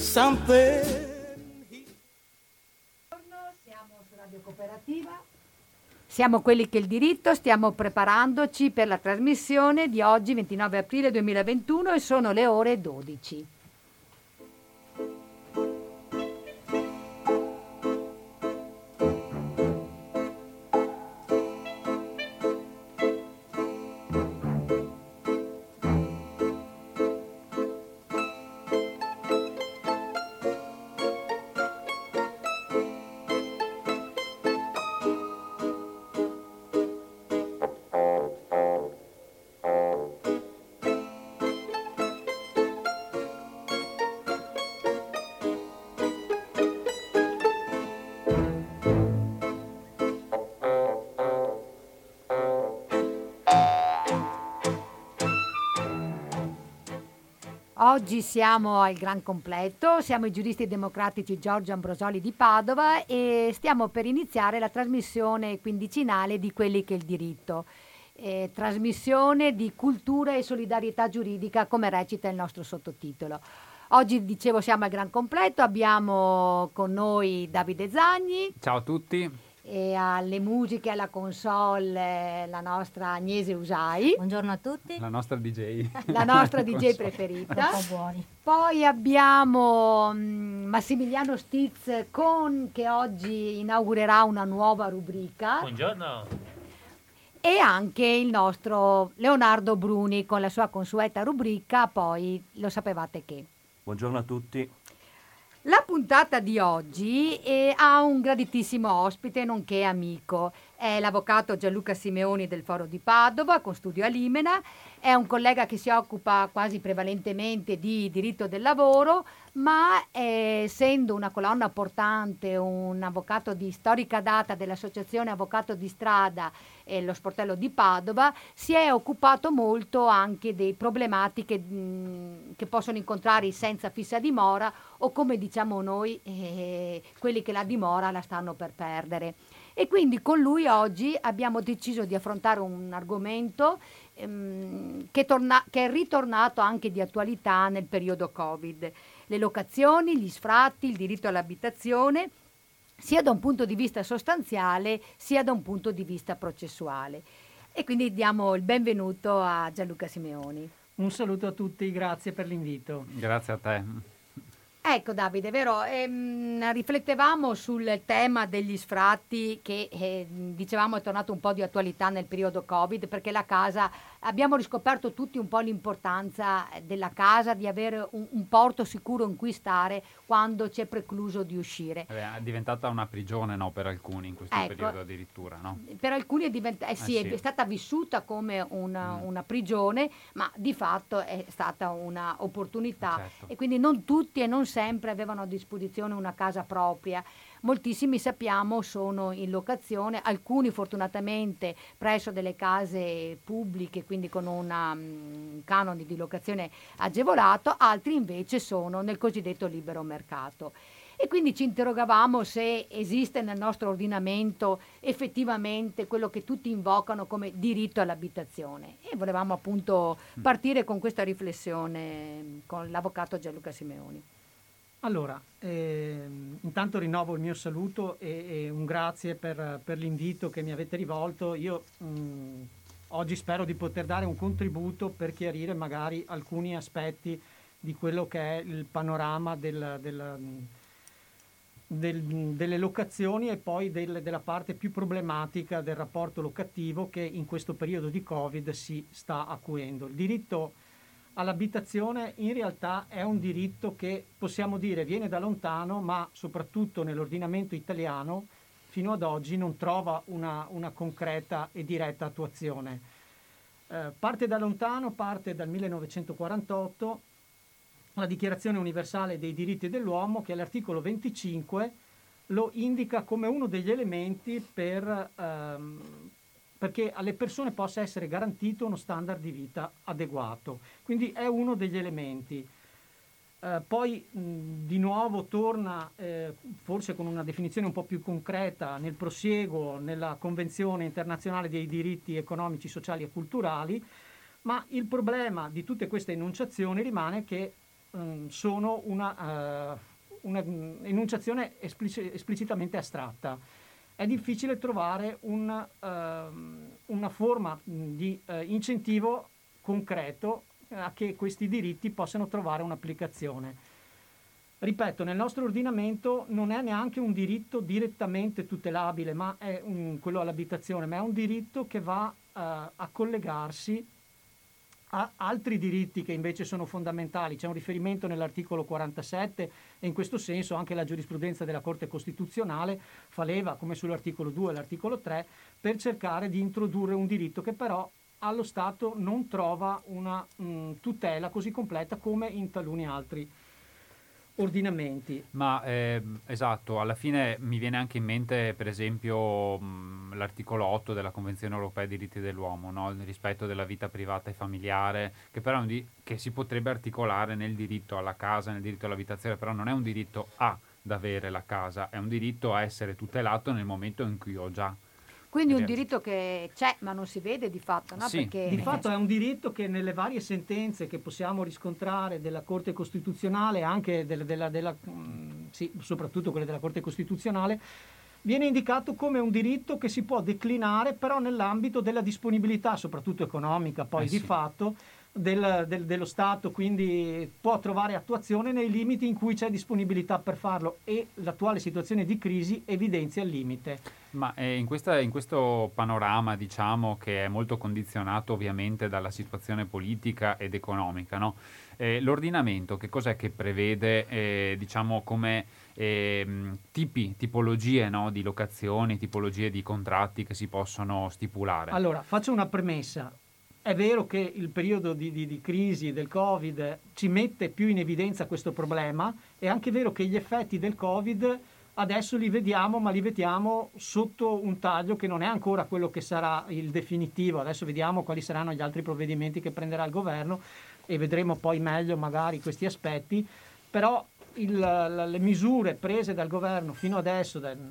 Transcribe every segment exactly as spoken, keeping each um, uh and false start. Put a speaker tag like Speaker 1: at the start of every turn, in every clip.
Speaker 1: something.
Speaker 2: Siamo su Radio Cooperativa. Siamo quelli che il diritto, stiamo preparandoci per la trasmissione di oggi, ventinove aprile duemilaventuno, e sono le ore dodici. Oggi siamo al gran completo, siamo i giuristi democratici Giorgio Ambrosoli di Padova e stiamo per iniziare la trasmissione quindicinale di Quelli che il diritto. Eh, trasmissione di cultura e solidarietà giuridica, come recita il nostro sottotitolo. Oggi, dicevo, siamo al gran completo, abbiamo con noi Davide Zagni.
Speaker 3: Ciao a tutti.
Speaker 2: E alle musiche, alla console, la nostra Agnese Usai.
Speaker 4: Buongiorno a tutti.
Speaker 3: La nostra D J.
Speaker 2: La nostra D J preferita.
Speaker 4: Un po' buoni.
Speaker 2: Poi abbiamo um, Massimiliano Stiz con, che oggi inaugurerà una nuova rubrica.
Speaker 5: Buongiorno.
Speaker 2: E anche il nostro Leonardo Bruni con la sua consueta rubrica Poi lo sapevate che.
Speaker 6: Buongiorno a tutti.
Speaker 2: La puntata di oggi eh, ha un graditissimo ospite, nonché amico. È l'avvocato Gianluca Simeoni del Foro di Padova, con studio a Limena. È un collega che si occupa quasi prevalentemente di diritto del lavoro, ma eh, essendo una colonna portante, un avvocato di storica data dell'Associazione Avvocato di Strada e lo Sportello di Padova, si è occupato molto anche dei problematiche mh, che possono incontrare i senza fissa dimora o, come diciamo noi, eh, quelli che la dimora la stanno per perdere. E quindi con lui oggi abbiamo deciso di affrontare un argomento ehm, che, torna, che è ritornato anche di attualità nel periodo Covid. Le locazioni, gli sfratti, il diritto all'abitazione, sia da un punto di vista sostanziale sia da un punto di vista processuale. E quindi diamo il benvenuto a Gianluca Simeoni.
Speaker 7: Un saluto a tutti, grazie per l'invito.
Speaker 3: Grazie a te.
Speaker 2: Ecco Davide, vero, ehm, riflettevamo sul tema degli sfratti che eh, dicevamo è tornato un po' di attualità nel periodo Covid, perché la casa, abbiamo riscoperto tutti un po' l'importanza della casa, di avere un, un porto sicuro in cui stare quando c'è precluso di uscire.
Speaker 3: È diventata una prigione, no, per alcuni in questo
Speaker 2: ecco,
Speaker 3: periodo addirittura, no?
Speaker 2: Per alcuni è, diventa- eh sì,
Speaker 3: eh sì.
Speaker 2: è stata vissuta come una, mm. una prigione, ma di fatto è stata una opportunità.
Speaker 3: Certo.
Speaker 2: E quindi non tutti e non sempre avevano a disposizione una casa propria. Moltissimi, sappiamo, sono in locazione, alcuni fortunatamente presso delle case pubbliche, quindi con un um, canone di locazione agevolato, altri invece sono nel cosiddetto libero mercato. E quindi ci interrogavamo se esiste nel nostro ordinamento effettivamente quello che tutti invocano come diritto all'abitazione. E volevamo appunto partire con questa riflessione con l'avvocato Gianluca Simeoni.
Speaker 7: Allora, eh, intanto rinnovo il mio saluto e, e un grazie per, per l'invito che mi avete rivolto. Io mh, oggi spero di poter dare un contributo per chiarire magari alcuni aspetti di quello che è il panorama del, del, del, delle locazioni e poi del, della parte più problematica del rapporto locativo che in questo periodo di Covid si sta acuendo. Il diritto all'abitazione in realtà è un diritto che possiamo dire viene da lontano, ma soprattutto nell'ordinamento italiano fino ad oggi non trova una, una concreta e diretta attuazione. Eh, parte da lontano, parte dal millenovecentoquarantotto, la Dichiarazione Universale dei Diritti dell'Uomo, che all'articolo venticinque lo indica come uno degli elementi per ehm, perché alle persone possa essere garantito uno standard di vita adeguato. Quindi è uno degli elementi. Eh, poi mh, di nuovo torna, eh, forse con una definizione un po' più concreta, nel prosieguo, nella Convenzione internazionale dei diritti economici, sociali e culturali, ma il problema di tutte queste enunciazioni rimane che um, sono una, uh, una enunciazione esplic- esplicitamente astratta. È difficile trovare un, uh, una forma di uh, incentivo concreto a che questi diritti possano trovare un'applicazione. Ripeto, nel nostro ordinamento non è neanche un diritto direttamente tutelabile, ma è un, quello all'abitazione, ma è un diritto che va uh, a collegarsi a altri diritti che invece sono fondamentali. C'è un riferimento nell'articolo quarantasette e in questo senso anche la giurisprudenza della Corte Costituzionale fa leva, come sull'articolo due e l'articolo tre, per cercare di introdurre un diritto che però allo Stato non trova una mh, tutela così completa come in taluni altri ordinamenti.
Speaker 3: Ma eh, esatto, alla fine mi viene anche in mente per esempio mh, l'articolo otto della Convenzione Europea dei diritti dell'uomo, no? Il rispetto della vita privata e familiare, che però è un di- che si potrebbe articolare nel diritto alla casa, nel diritto all'abitazione, però non è un diritto a ad avere la casa, è un diritto a essere tutelato nel momento in cui ho già.
Speaker 2: Quindi un
Speaker 3: Ed è-
Speaker 2: diritto che c'è ma non si vede di fatto, no?
Speaker 3: Sì.
Speaker 2: Perché
Speaker 7: Di fatto è un diritto che nelle varie sentenze che possiamo riscontrare della Corte Costituzionale, anche del- della, della, mh, sì, soprattutto quelle della Corte Costituzionale, viene indicato come un diritto che si può declinare però nell'ambito della disponibilità, soprattutto economica, poi
Speaker 3: Eh
Speaker 7: di
Speaker 3: sì.
Speaker 7: fatto del- del- dello Stato, quindi può trovare attuazione nei limiti in cui c'è disponibilità per farlo e l'attuale situazione di crisi evidenzia il limite.
Speaker 3: Ma eh, in, questa- in questo panorama, diciamo, che è molto condizionato ovviamente dalla situazione politica ed economica, no? Eh, l'ordinamento che cos'è che prevede, eh, diciamo, come ehm, tipi, tipologie, no, di locazioni, tipologie di contratti che si possono stipulare?
Speaker 7: Allora, faccio una premessa. È vero che il periodo di, di- di crisi del Covid ci mette più in evidenza questo problema, è anche vero che gli effetti del Covid adesso li vediamo, ma li vediamo sotto un taglio che non è ancora quello che sarà il definitivo. Adesso vediamo quali saranno gli altri provvedimenti che prenderà il governo e vedremo poi meglio magari questi aspetti, però il- la- le misure prese dal governo fino adesso, da-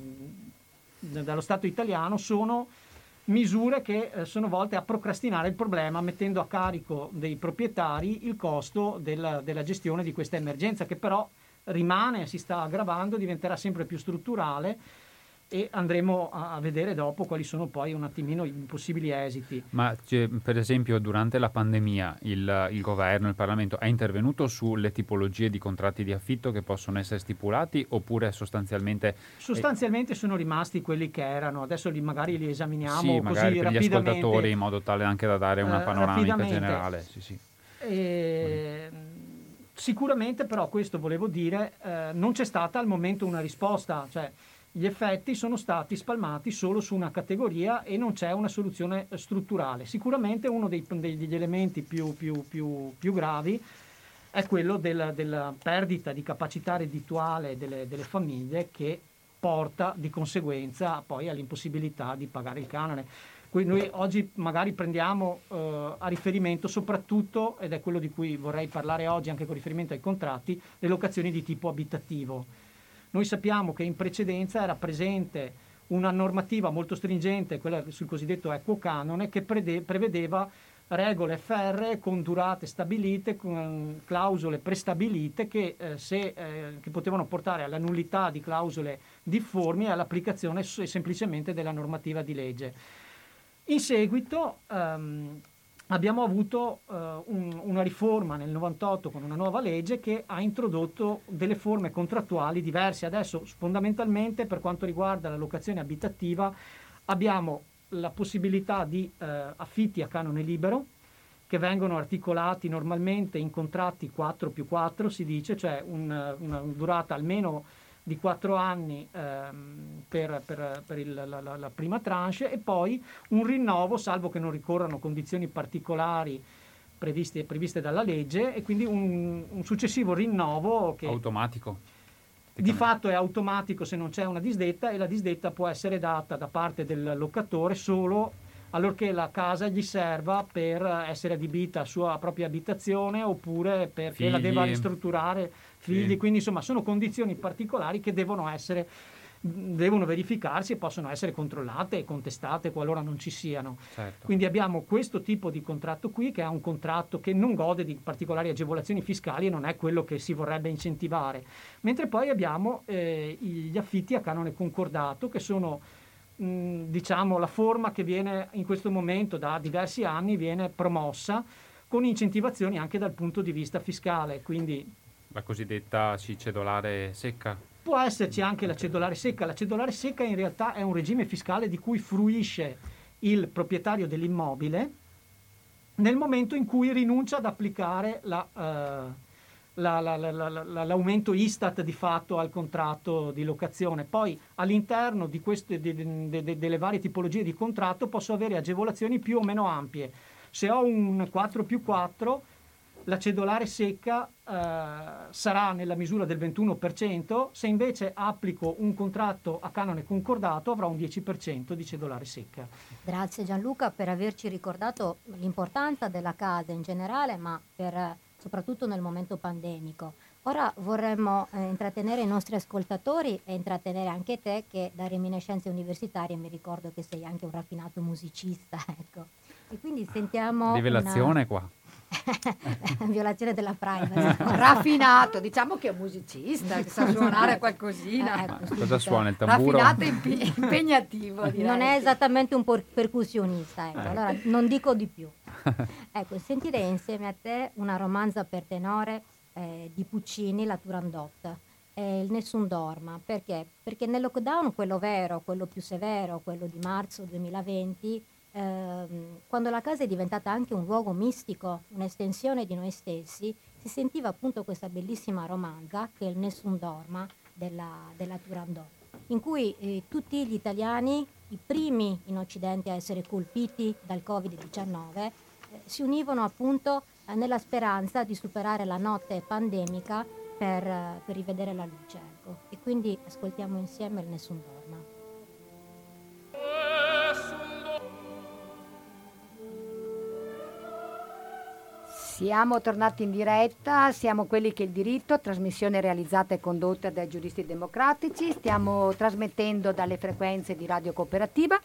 Speaker 7: dallo Stato italiano, sono misure che eh, sono volte a procrastinare il problema, mettendo a carico dei proprietari il costo della, della gestione di questa emergenza, che però rimane, si sta aggravando, diventerà sempre più strutturale e andremo a, a vedere dopo quali sono poi un attimino i possibili esiti.
Speaker 3: Ma cioè, per esempio durante la pandemia il, il governo, il Parlamento è intervenuto sulle tipologie di contratti di affitto che possono essere stipulati oppure sostanzialmente...
Speaker 7: Sostanzialmente sono rimasti quelli che erano, adesso li, magari li esaminiamo
Speaker 3: Sì, magari
Speaker 7: così
Speaker 3: per gli
Speaker 7: rapidamente.
Speaker 3: ascoltatori in modo tale anche da dare una
Speaker 7: Eh,
Speaker 3: panoramica
Speaker 7: rapidamente.
Speaker 3: generale. Sì, sì.
Speaker 7: E, sicuramente però questo volevo dire, eh, non c'è stata al momento una risposta, cioè gli effetti sono stati spalmati solo su una categoria e non c'è una soluzione strutturale. Sicuramente uno dei, degli elementi più, più, più, più gravi è quello della, della perdita di capacità reddituale delle, delle famiglie, che porta di conseguenza poi all'impossibilità di pagare il canone. Quindi noi oggi magari prendiamo eh, a riferimento soprattutto, ed è quello di cui vorrei parlare oggi anche con riferimento ai contratti, le locazioni di tipo abitativo. Noi sappiamo che in precedenza era presente una normativa molto stringente, quella sul cosiddetto equo canone, che prede- prevedeva regole ferree con durate stabilite, con clausole prestabilite che, eh, se, eh, che potevano portare alla nullità di clausole difformi e all'applicazione s- semplicemente della normativa di legge. In seguito ehm, abbiamo avuto eh, un- una riforma nel novantotto con una nuova legge che ha introdotto delle forme contrattuali diverse. Adesso fondamentalmente per quanto riguarda la locazione abitativa abbiamo la possibilità di eh, affitti a canone libero che vengono articolati normalmente in contratti quattro più quattro, si dice, cioè un- una durata almeno di quattro anni ehm, per, per- per il- la, la- la prima tranche e poi un rinnovo, salvo che non ricorrano condizioni particolari previste, previste dalla legge, e quindi un, un successivo rinnovo che
Speaker 3: Automatico.
Speaker 7: di fatto è automatico se non c'è una disdetta, e la disdetta può essere data da parte del locatore solo allorché la casa gli serva per essere adibita a sua propria abitazione oppure perché la
Speaker 3: Figli.
Speaker 7: debba ristrutturare, figli,
Speaker 3: Sì.
Speaker 7: quindi insomma sono condizioni particolari che devono essere devono verificarsi e possono essere controllate e contestate qualora non ci siano.
Speaker 3: Certo.
Speaker 7: Quindi abbiamo questo tipo di contratto qui, che è un contratto che non gode di particolari agevolazioni fiscali e non è quello che si vorrebbe incentivare. Mentre poi abbiamo eh, gli affitti a canone concordato, che sono mh, diciamo la forma che viene in questo momento da diversi anni viene promossa con incentivazioni anche dal punto di vista fiscale, quindi
Speaker 3: La cosiddetta C cedolare secca.
Speaker 7: può esserci anche la cedolare secca. La cedolare secca in realtà è un regime fiscale di cui fruisce il proprietario dell'immobile nel momento in cui rinuncia ad applicare la, eh, la, la, la, la, la, l'aumento Istat di fatto al contratto di locazione. Poi all'interno di queste, de, de, de, delle varie tipologie di contratto posso avere agevolazioni più o meno ampie. Se ho un quattro più quattro, la cedolare secca eh, sarà nella misura del ventuno per cento, se invece applico un contratto a canone concordato avrò un dieci per cento di cedolare secca.
Speaker 1: Grazie Gianluca per averci ricordato l'importanza della casa in generale, ma per, soprattutto nel momento pandemico. Ora vorremmo eh, intrattenere i nostri ascoltatori e intrattenere anche te, che da reminiscenze universitarie mi ricordo che sei anche un raffinato musicista, ecco. E quindi sentiamo
Speaker 3: Rivelazione
Speaker 1: una...
Speaker 3: qua.
Speaker 1: Violazione della privacy.
Speaker 2: Raffinato, diciamo che è un musicista, che sa suonare qualcosina.
Speaker 1: Eh, ecco,
Speaker 3: Cosa suona il tamburo?
Speaker 2: Raffinato e impi- impegnativo, direi.
Speaker 1: Non è esattamente un por- percussionista, ecco.
Speaker 3: Eh.
Speaker 1: Allora non dico di più. Ecco, sentirei insieme a te una romanza per tenore eh, di Puccini, la Turandot, eh, il Nessun Dorma. Perché? Perché nel lockdown, quello vero, quello più severo, quello di marzo duemilaventi, ehm, quando la casa è diventata anche un luogo mistico, un'estensione di noi stessi, si sentiva appunto questa bellissima romanza che è il Nessun Dorma della, della Turandot, in cui eh, tutti gli italiani, i primi in Occidente a essere colpiti dal covid diciannove, eh, si univano appunto eh, nella speranza di superare la notte pandemica per, eh, per rivedere la luce. Ecco. E quindi ascoltiamo insieme il Nessun Dorma.
Speaker 2: Siamo tornati in diretta, siamo Quelli che il diritto, trasmissione realizzata e condotta dai giuristi democratici. Stiamo trasmettendo dalle frequenze di Radio Cooperativa,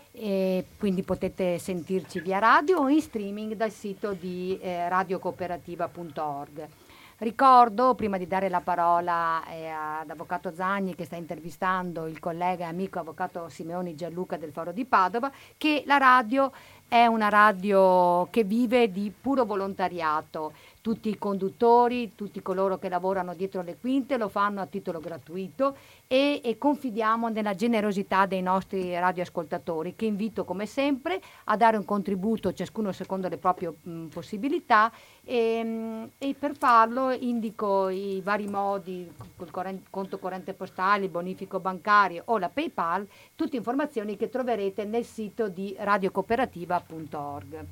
Speaker 2: e quindi potete sentirci via radio o in streaming dal sito di eh, radiocooperativa punto org. Ricordo, prima di dare la parola eh, ad Avvocato Zagni, che sta intervistando il collega e amico Avvocato Simeoni Gianluca del Foro di Padova, che la radio è una radio che vive di puro volontariato. Tutti i conduttori, tutti coloro che lavorano dietro le quinte lo fanno a titolo gratuito e, e confidiamo nella generosità dei nostri radioascoltatori, che invito come sempre a dare un contributo, ciascuno secondo le proprie mh, possibilità, e, mh, e per farlo indico i vari modi: col corrente, conto corrente postale, il bonifico bancario o la PayPal, tutte informazioni che troverete nel sito di radiocooperativa punto org.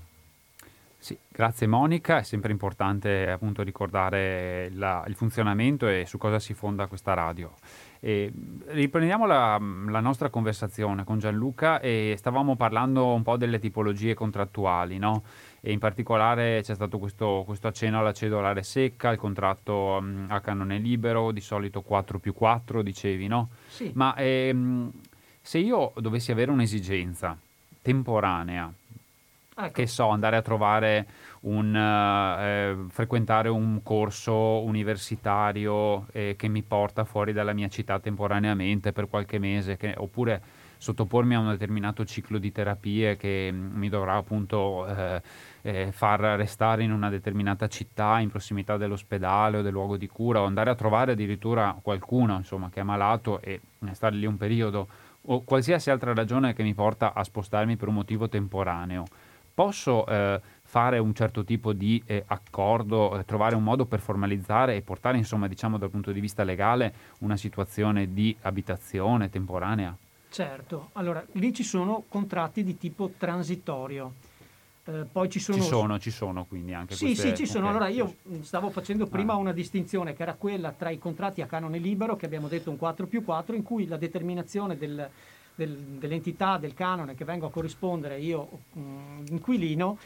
Speaker 3: Sì, grazie Monica, è sempre importante appunto ricordare la, il funzionamento e su cosa si fonda questa radio. E riprendiamo la, la nostra conversazione con Gianluca e stavamo parlando un po' delle tipologie contrattuali, no? E in particolare c'è stato questo, questo accenno alla cedolare secca, il contratto um, a canone libero, di solito quattro più quattro, dicevi, no?
Speaker 7: Sì.
Speaker 3: Ma ehm, se io dovessi avere un'esigenza temporanea,
Speaker 7: Ecco.
Speaker 3: che so, andare a trovare un eh, frequentare un corso universitario eh, che mi porta fuori dalla mia città temporaneamente per qualche mese, che, oppure sottopormi a un determinato ciclo di terapie che mi dovrà appunto eh, eh, far restare in una determinata città in prossimità dell'ospedale o del luogo di cura, o andare a trovare addirittura qualcuno insomma che è malato e stare lì un periodo, o qualsiasi altra ragione che mi porta a spostarmi per un motivo temporaneo. Posso eh, fare un certo tipo di eh, accordo, eh, trovare un modo per formalizzare e portare, insomma, diciamo dal punto di vista legale, una situazione di abitazione temporanea?
Speaker 7: Certo, allora lì ci sono contratti di tipo transitorio. Eh, poi ci sono...
Speaker 3: Ci sono, ci sono quindi anche
Speaker 7: Sì,
Speaker 3: queste...
Speaker 7: sì, ci sono.
Speaker 3: Okay.
Speaker 7: Allora io stavo facendo prima
Speaker 3: Ah.
Speaker 7: una distinzione che era quella tra i contratti a canone libero, che abbiamo detto un quattro più quattro, in cui la determinazione del, del, dell'entità del canone che vengo a corrispondere io, mh, inquilino,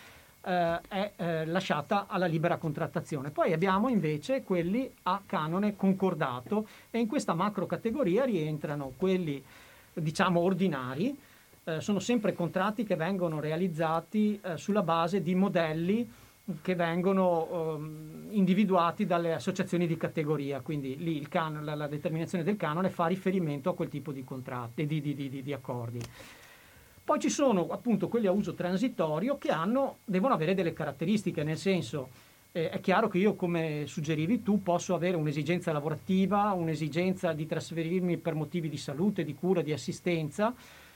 Speaker 7: eh, è eh, lasciata alla libera contrattazione. Poi abbiamo invece quelli a canone concordato, e in questa macro categoria rientrano quelli, diciamo, ordinari. Eh, sono sempre contratti che vengono realizzati eh, sulla base di modelli che vengono um, individuati dalle associazioni di categoria, quindi lì il can- la, la determinazione del canone fa riferimento a quel tipo di contratti, di, di, di, di, di accordi. Poi ci sono appunto quelli a uso transitorio che hanno, devono avere delle caratteristiche, nel senso eh, è chiaro che io, come suggerivi tu, posso avere un'esigenza lavorativa, un'esigenza di trasferirmi per motivi di salute, di cura, di assistenza,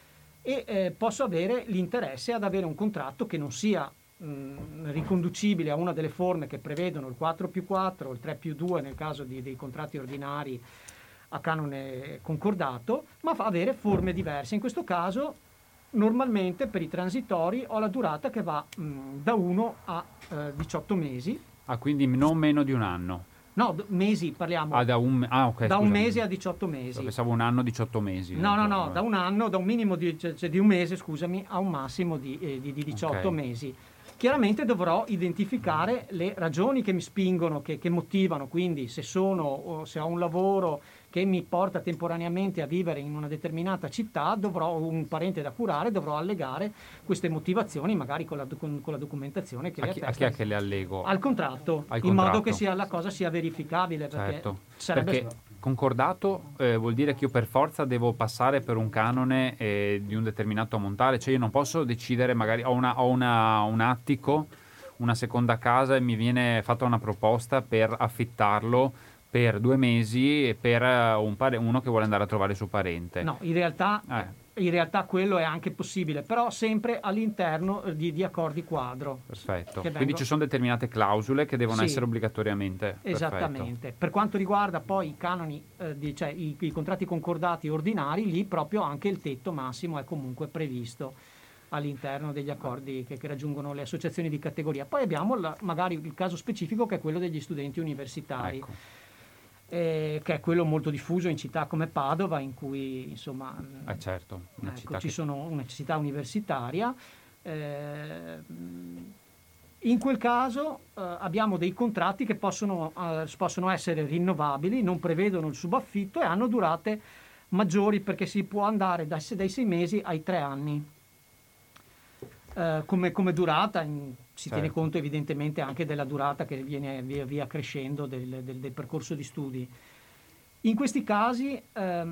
Speaker 7: e eh, posso avere l'interesse ad avere un contratto che non sia riconducibile a una delle forme che prevedono il quattro più quattro, il tre più due nel caso di, dei contratti ordinari a canone concordato, ma fa avere forme diverse. In questo caso normalmente per i transitori ho la durata che va mh, da uno a eh, diciotto mesi.
Speaker 3: Ah, quindi non meno di un anno?
Speaker 7: No, d- mesi parliamo.
Speaker 3: Ah, da un, ah, okay,
Speaker 7: da un
Speaker 3: scusami.
Speaker 7: mese a diciotto mesi.
Speaker 3: Pensavo un anno, diciotto mesi.
Speaker 7: No, no, no, da un anno, da un minimo di, cioè, cioè di un mese, scusami, a un massimo di, eh, di, di diciotto
Speaker 3: Okay.
Speaker 7: mesi. Chiaramente dovrò identificare le ragioni che mi spingono, che, che motivano, quindi se sono o se ho un lavoro che mi porta temporaneamente a vivere in una determinata città, dovrò un parente da curare, dovrò allegare queste motivazioni, magari con la, con, con la documentazione che
Speaker 3: A
Speaker 7: le
Speaker 3: chi, a
Speaker 7: attesta
Speaker 3: chi è che le allego?
Speaker 7: al contratto,
Speaker 3: Al
Speaker 7: in modo
Speaker 3: contratto.
Speaker 7: che sia, la cosa sia verificabile, perché
Speaker 3: Certo,
Speaker 7: sarebbe...
Speaker 3: perché concordato eh, vuol dire che io per forza devo passare per un canone eh, di un determinato ammontare, cioè io non posso decidere, magari ho, una, ho una, un attico, una seconda casa, e mi viene fatta una proposta per affittarlo per due mesi e per eh, un pare- uno che vuole andare a trovare suo parente.
Speaker 7: No, in realtà,
Speaker 3: Eh.
Speaker 7: in realtà quello è anche possibile, però sempre all'interno di, di accordi quadro.
Speaker 3: Perfetto,
Speaker 7: Che
Speaker 3: quindi
Speaker 7: vengo-
Speaker 3: ci sono determinate clausole che devono
Speaker 7: Sì.
Speaker 3: essere obbligatoriamente.
Speaker 7: Esattamente.
Speaker 3: Perfetto.
Speaker 7: Per quanto riguarda poi i canoni, eh, di- cioè i, i contratti concordati ordinari, lì proprio anche il tetto massimo è comunque previsto all'interno degli accordi che, che raggiungono le associazioni di categoria. Poi abbiamo la- magari il caso specifico, che è quello degli studenti universitari.
Speaker 3: Ecco.
Speaker 7: Eh, che è quello molto diffuso in città come Padova, in cui insomma
Speaker 3: Eh, certo, una
Speaker 7: ecco,
Speaker 3: città
Speaker 7: ci
Speaker 3: che-
Speaker 7: sono una città universitaria. Eh, in quel caso eh, abbiamo dei contratti che possono, eh, possono essere rinnovabili, non prevedono il subaffitto e hanno durate maggiori, perché si può andare dai, dai sei mesi ai tre anni. Eh, come, come durata in- si
Speaker 3: Certo.
Speaker 7: tiene conto evidentemente anche della durata che viene via via crescendo del, del- del percorso di studi. In questi casi,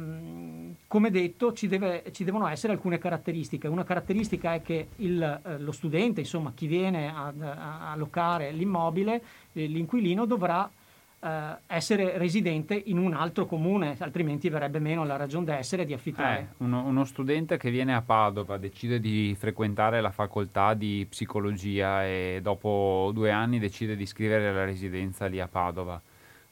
Speaker 7: ehm, come detto, ci, deve- ci devono essere alcune caratteristiche. Una caratteristica è che il, eh, lo studente, insomma chi viene ad- a, a locare l'immobile, eh, l'inquilino dovrà eh, essere residente in un altro comune, altrimenti verrebbe meno la ragione d'essere di affittare.
Speaker 3: Eh, uno, uno studente che viene a Padova, decide di frequentare la facoltà di psicologia e dopo due anni decide di iscrivere la residenza lì a Padova,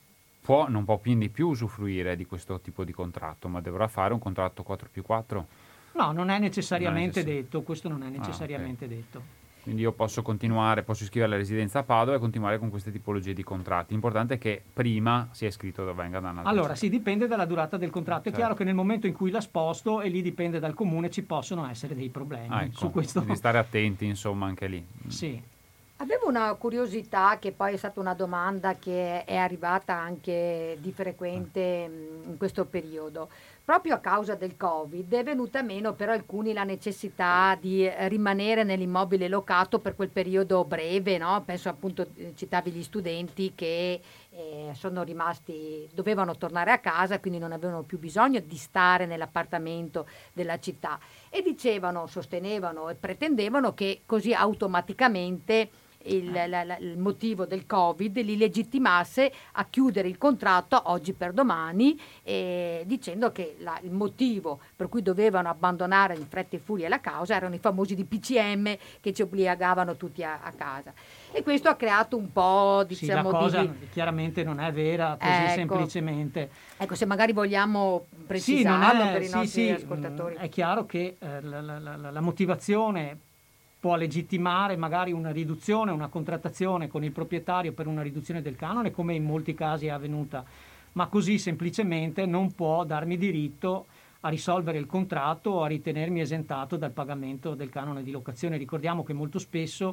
Speaker 3: può, non può quindi più usufruire di questo tipo di contratto, ma dovrà fare un contratto quattro più quattro.
Speaker 7: No, non è necessariamente
Speaker 3: Non è necess-
Speaker 7: detto, questo non è
Speaker 3: Ah,
Speaker 7: necessariamente detto.
Speaker 3: Quindi io posso continuare, posso iscrivere la residenza a Padova e continuare con queste tipologie di contratti. L'importante è che prima sia iscritto da venga da un'altra
Speaker 7: Allora,
Speaker 3: città.
Speaker 7: sì, dipende dalla durata del contratto. È
Speaker 3: Certo.
Speaker 7: chiaro che nel momento in cui la sposto, e lì dipende dal comune, ci possono essere dei problemi.
Speaker 3: Ah, ecco,
Speaker 7: Su questo
Speaker 3: quindi stare attenti, insomma, anche lì.
Speaker 7: sì.
Speaker 2: Avevo una curiosità, che poi è stata una domanda che è arrivata anche di frequente mh, in questo periodo. Proprio a causa del Covid è venuta meno per alcuni la necessità di eh, rimanere nell'immobile locato per quel periodo breve, no? Penso appunto, eh, citavi gli studenti che eh, sono rimasti, dovevano tornare a casa, quindi non avevano più bisogno di stare nell'appartamento della città, e dicevano, sostenevano e pretendevano che così automaticamente il, la- la- il motivo del Covid li legittimasse a chiudere il contratto oggi per domani, eh, dicendo che la- il motivo per cui dovevano abbandonare in fretta e furia la causa erano i famosi D P C M che ci obbligavano tutti a, a casa. E questo ha creato un po',
Speaker 7: Sì, la
Speaker 2: diciamo,
Speaker 7: cosa
Speaker 2: di...
Speaker 7: chiaramente non è vera così
Speaker 2: Ecco.
Speaker 7: semplicemente.
Speaker 2: Ecco, se magari vogliamo
Speaker 7: Sì, non
Speaker 2: precisarlo
Speaker 7: è-
Speaker 2: per i
Speaker 7: sì,
Speaker 2: nostri
Speaker 7: sì,
Speaker 2: ascoltatori.
Speaker 7: mh, è chiaro che eh, la, la- la- la motivazione può legittimare magari una riduzione, una contrattazione con il proprietario per una riduzione del canone, come in molti casi è avvenuta, ma così semplicemente non può darmi diritto a risolvere il contratto o a ritenermi esentato dal pagamento del canone di locazione. Ricordiamo che molto spesso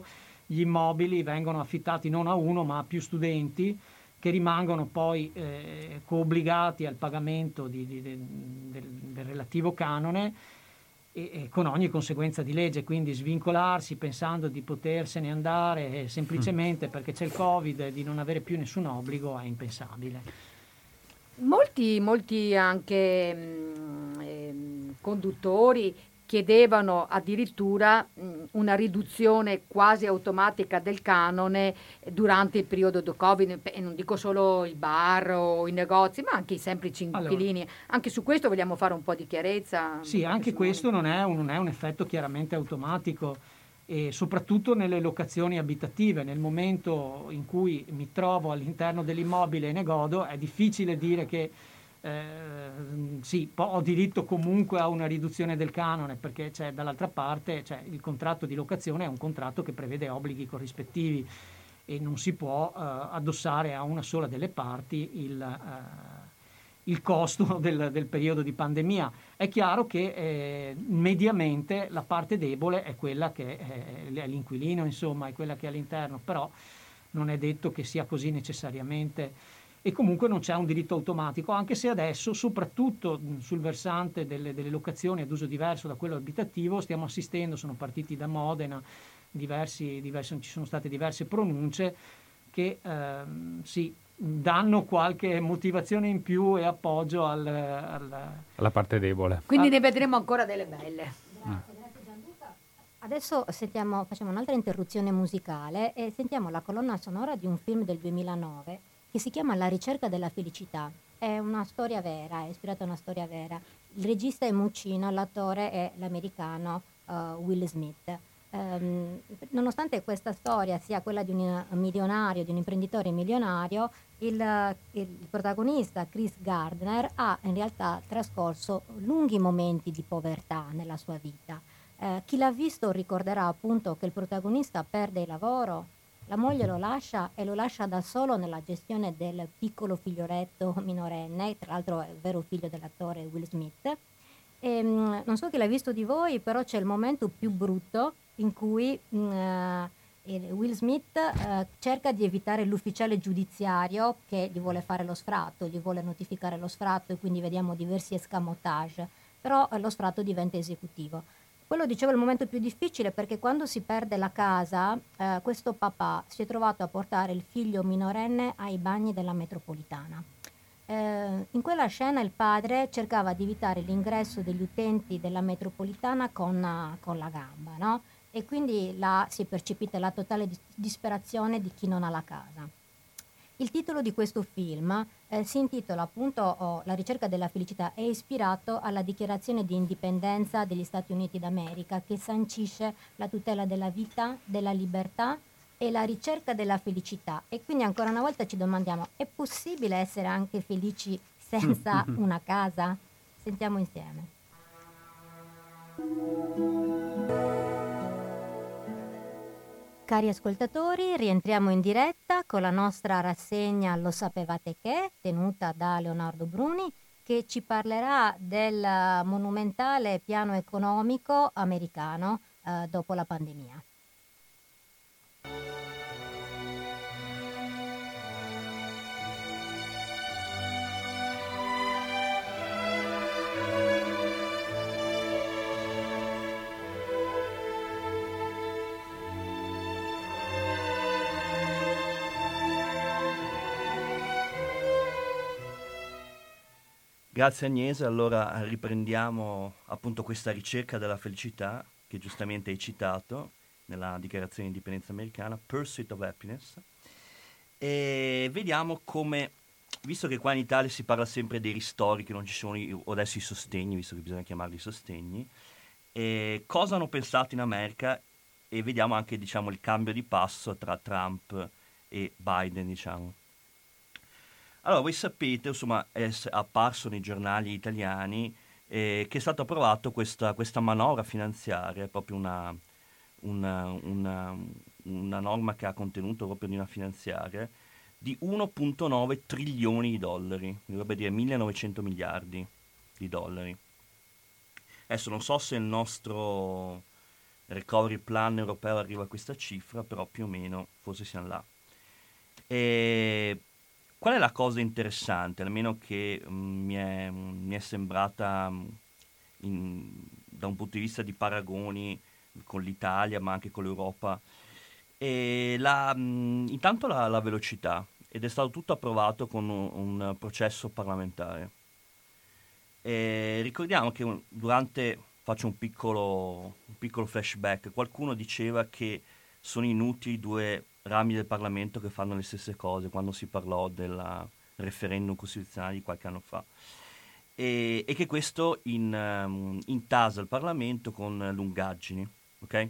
Speaker 7: gli immobili vengono affittati non a uno ma a più studenti, che rimangono poi eh, coobbligati al pagamento di, di, de, del, del relativo canone e, e con ogni conseguenza di legge, quindi svincolarsi pensando di potersene andare eh, semplicemente perché c'è il Covid e di non avere più nessun obbligo è impensabile.
Speaker 2: Molti, molti anche mh, ehm, conduttori chiedevano addirittura mh, una riduzione quasi automatica del canone durante il periodo do Covid, e non dico solo i bar o i negozi, ma anche i semplici inquilini. Allora, anche su questo vogliamo fare un po' di chiarezza.
Speaker 7: Sì, anche questo non è, un, non è un effetto chiaramente automatico, e soprattutto nelle locazioni abitative. Nel momento in cui mi trovo all'interno dell'immobile e ne godo, è difficile dire che Eh, sì, po- ho diritto comunque a una riduzione del canone, perché c'è dall'altra parte, cioè, il contratto di locazione è un contratto che prevede obblighi corrispettivi e non si può eh, addossare a una sola delle parti il, eh, il costo del, del periodo di pandemia. È chiaro che eh, mediamente la parte debole è quella che eh, è l'inquilino, insomma, è quella che è all'interno, però non è detto che sia così necessariamente. E comunque non c'è un diritto automatico, anche se adesso, soprattutto sul versante delle, delle locazioni ad uso diverso da quello abitativo, stiamo assistendo, sono partiti da Modena, diversi, diversi, ci sono state diverse pronunce che ehm, sì, danno qualche motivazione in più e appoggio al, al,
Speaker 3: alla parte debole.
Speaker 2: Quindi ne vedremo ancora delle belle.
Speaker 1: Grazie, grazie Gianluca. Adesso sentiamo, facciamo un'altra interruzione musicale e sentiamo la colonna sonora di un film del duemilanove che si chiama La ricerca della felicità. È una storia vera, è ispirata a una storia vera. Il regista è Muccino, l'attore è l'americano uh, Will Smith. Um, nonostante questa storia sia quella di un milionario, di un imprenditore milionario, il, il protagonista Chris Gardner ha in realtà trascorso lunghi momenti di povertà nella sua vita. Uh, chi l'ha visto ricorderà appunto che il protagonista perde il lavoro, la moglie lo lascia e lo lascia da solo nella gestione del piccolo figlioletto minorenne, tra l'altro è il vero figlio dell'attore Will Smith. E, mh, non so chi l'ha visto di voi, però c'è il momento più brutto in cui mh, Will Smith uh, cerca di evitare l'ufficiale giudiziario che gli vuole fare lo sfratto, gli vuole notificare lo sfratto e quindi vediamo diversi escamotage, però uh, lo sfratto diventa esecutivo. Quello dicevo è il momento più difficile perché quando si perde la casa, eh, questo papà si è trovato a portare il figlio minorenne ai bagni della metropolitana. Eh, in quella scena il padre cercava di evitare l'ingresso degli utenti della metropolitana con, con la gamba, no? E quindi là si è percepita la totale dis- disperazione di chi non ha la casa. Il titolo di questo film eh, si intitola appunto oh, La ricerca della felicità, è ispirato alla dichiarazione di indipendenza degli Stati Uniti d'America che sancisce la tutela della vita, della libertà e la ricerca della felicità. E quindi ancora una volta ci domandiamo, è possibile essere anche felici senza una casa? Sentiamo insieme. Cari ascoltatori, rientriamo in diretta con la nostra rassegna Lo sapevate che, tenuta da Leonardo Bruni, che ci parlerà del monumentale piano economico americano eh, dopo la pandemia.
Speaker 4: Grazie Agnese, allora riprendiamo appunto questa ricerca della felicità che giustamente hai citato nella dichiarazione di indipendenza americana, Pursuit of Happiness, e vediamo come, visto che qua in Italia si parla sempre dei ristori, che non ci sono i, o adesso i sostegni, visto che bisogna chiamarli sostegni, e cosa hanno pensato in America, e vediamo anche diciamo il cambio di passo tra Trump e Biden, diciamo. Allora, voi sapete, insomma, è apparso nei giornali italiani eh, che è stata approvata questa, questa manovra finanziaria, è proprio una, una, una, una norma che ha contenuto proprio di una finanziaria, di uno virgola nove trilioni di dollari, quindi dovrebbe dire millenovecento miliardi di dollari. Adesso non so se il nostro, recovery plan europeo arriva a questa cifra, però più o meno forse siamo là. E qual è la cosa interessante, almeno che mh, mi, è, mh, mi è sembrata mh, in, da un punto di vista di paragoni con l'Italia, ma anche con l'Europa, e la, mh, intanto la, la velocità, ed è stato tutto approvato con un, un processo parlamentare. E ricordiamo che un- durante, faccio un piccolo, un piccolo flashback, qualcuno diceva che sono inutili due rami del Parlamento che fanno le stesse cose quando si parlò del referendum costituzionale di qualche anno fa. E, e che questo in, um, intasa il Parlamento con lungaggini, ok?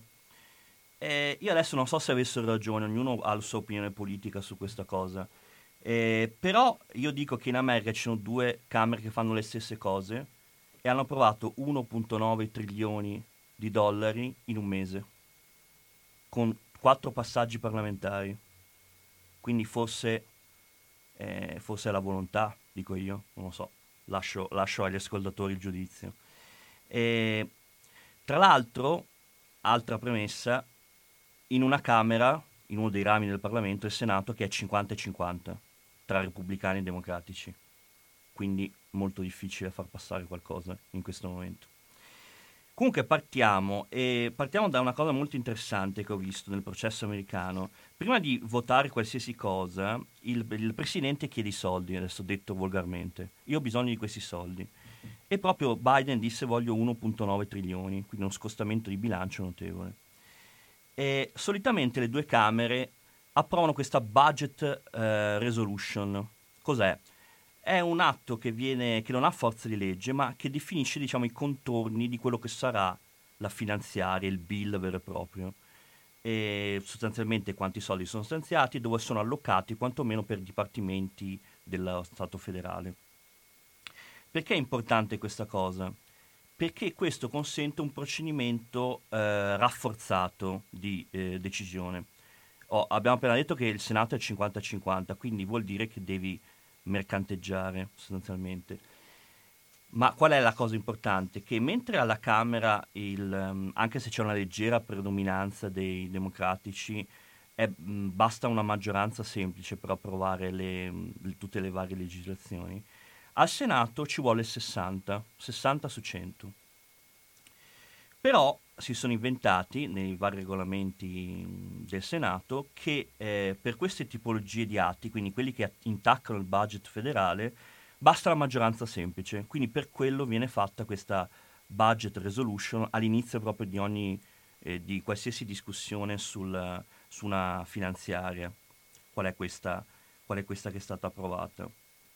Speaker 4: E io adesso non so se avessero ragione, ognuno ha la sua opinione politica su questa cosa. Eh, però io dico che in America ci sono due Camere che fanno le stesse cose e hanno approvato uno virgola nove trilioni di dollari in un mese, con quattro passaggi parlamentari. Quindi forse, eh, forse è la volontà, dico io, non lo so, lascio, lascio agli ascoltatori il giudizio. E, tra l'altro, altra premessa, in una Camera, in uno dei rami del Parlamento, il Senato, che è cinquanta e cinquanta tra repubblicani e democratici. Quindi molto difficile far passare qualcosa in questo momento. Comunque partiamo, e partiamo da una cosa molto interessante che ho visto nel processo americano. Prima di votare qualsiasi cosa, il, il presidente chiede i soldi, adesso detto volgarmente. Io ho bisogno di questi soldi. E proprio Biden disse voglio uno virgola nove trilioni, quindi uno scostamento di bilancio notevole. E solitamente le due Camere approvano questa budget eh, resolution. Cos'è? È un atto che, viene, che non ha forza di legge, ma che definisce, diciamo, i contorni di quello che sarà la finanziaria, il bill vero e proprio. E sostanzialmente quanti soldi sono stanziati e dove sono allocati, quantomeno per dipartimenti dello Stato federale. Perché è importante questa cosa? Perché questo consente un procedimento eh, rafforzato di eh, decisione. Oh, abbiamo appena detto che il Senato è cinquanta cinquanta, quindi vuol dire che devi mercanteggiare sostanzialmente. Ma qual è la cosa importante? Che mentre alla Camera, il, um, anche se c'è una leggera predominanza dei democratici, è, mh, basta una maggioranza semplice per approvare le, mh, tutte le varie legislazioni, al Senato ci vuole sessanta, sessanta su cento. Però si sono inventati nei vari regolamenti mh, del Senato che eh, per queste tipologie di atti, quindi quelli che intaccano il budget federale, basta la maggioranza semplice. Quindi per quello viene fatta questa budget resolution all'inizio proprio di ogni eh, di qualsiasi discussione sul, su una finanziaria. Qual è questa, qual è questa che è stata approvata?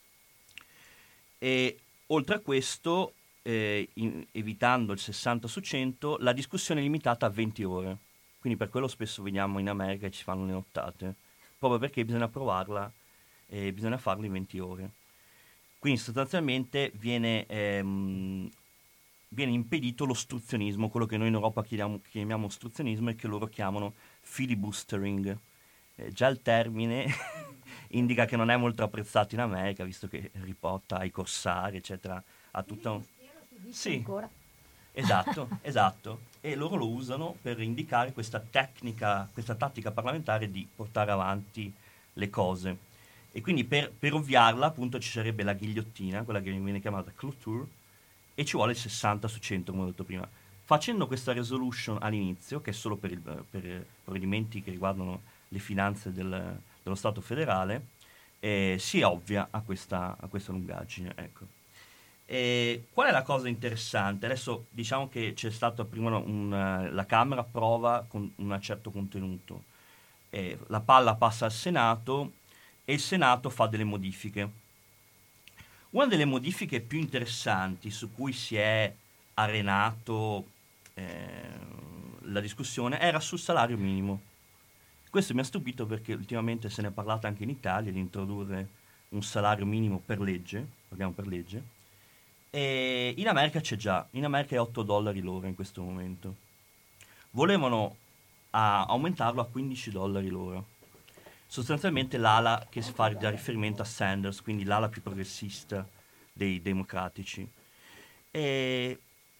Speaker 4: E oltre a questo, eh, in, evitando il sessanta su cento, la discussione è limitata a venti ore. Quindi per quello spesso vediamo in America che ci fanno le nottate, proprio perché bisogna approvarla e bisogna farlo in venti ore. Quindi sostanzialmente viene, ehm, viene impedito l'ostruzionismo, quello che noi in Europa chiamiamo, chiamiamo ostruzionismo e che loro chiamano filibustering. Eh, già il termine indica che non è molto apprezzato in America, visto che riporta ai corsari, eccetera, a tutta un... Sì,
Speaker 1: ancora.
Speaker 4: esatto, esatto. E loro lo usano per indicare questa tecnica, questa tattica parlamentare di portare avanti le cose. E quindi per, per ovviarla, appunto, ci sarebbe la ghigliottina, quella che viene chiamata clouture, e ci vuole il sessanta su cento, come ho detto prima. Facendo questa resolution all'inizio, che è solo per, il, per provvedimenti che riguardano le finanze del, dello Stato federale, eh, si ovvia a questa, a questa lungaggine. Ecco. E qual è la cosa interessante? Adesso diciamo che c'è stato prima un, la Camera approva con un certo contenuto, eh, la palla passa al Senato e il Senato fa delle modifiche. Una delle modifiche più interessanti su cui si è arenato eh, la discussione era sul salario minimo. Questo mi ha stupito perché ultimamente se ne è parlato anche in Italia di introdurre un salario minimo per legge, parliamo per legge, e in America c'è già, in America è otto dollari l'ora in questo momento. Volevano a, aumentarlo a quindici dollari l'ora. Sostanzialmente l'ala che si fa da riferimento a Sanders, quindi l'ala più progressista dei democratici. E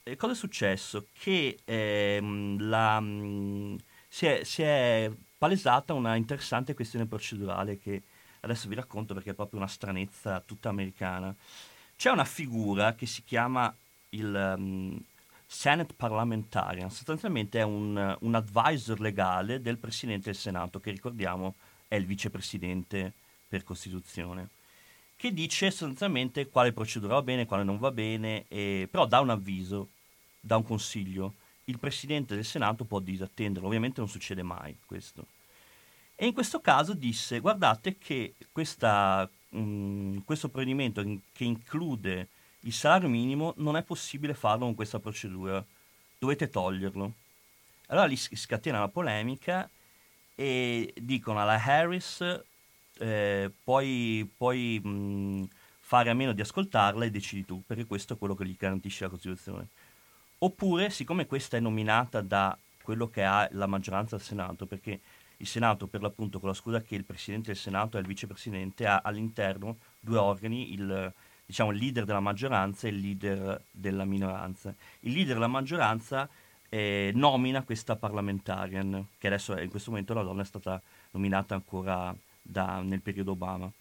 Speaker 4: eh, cosa è successo? Che ehm, la, mh, si, è, si è palesata una interessante questione procedurale che adesso vi racconto perché è proprio una stranezza tutta americana. C'è una figura che si chiama il um, Senate Parliamentarian, sostanzialmente è un, un advisor legale del Presidente del Senato, che ricordiamo è il vicepresidente per Costituzione, che dice sostanzialmente quale procedura va bene, quale non va bene, e, però dà un avviso, dà un consiglio. Il Presidente del Senato può disattenderlo, ovviamente non succede mai questo. E in questo caso disse, guardate che questa, mh, questo provvedimento in, che include il salario minimo non è possibile farlo con questa procedura, dovete toglierlo. Allora lì scatena la polemica e dicono alla Harris eh, puoi, puoi mh, fare a meno di ascoltarla e decidi tu, perché questo è quello che gli garantisce la Costituzione. Oppure, siccome questa è nominata da quello che ha la maggioranza al Senato, perché il Senato, per l'appunto, con la scusa che il Presidente del Senato e il Vicepresidente, ha all'interno due organi, il, diciamo, il leader della maggioranza e il leader della minoranza. Il leader della maggioranza eh, nomina questa parliamentarian, che adesso è, in questo momento la donna è stata nominata ancora da, nel periodo Obama.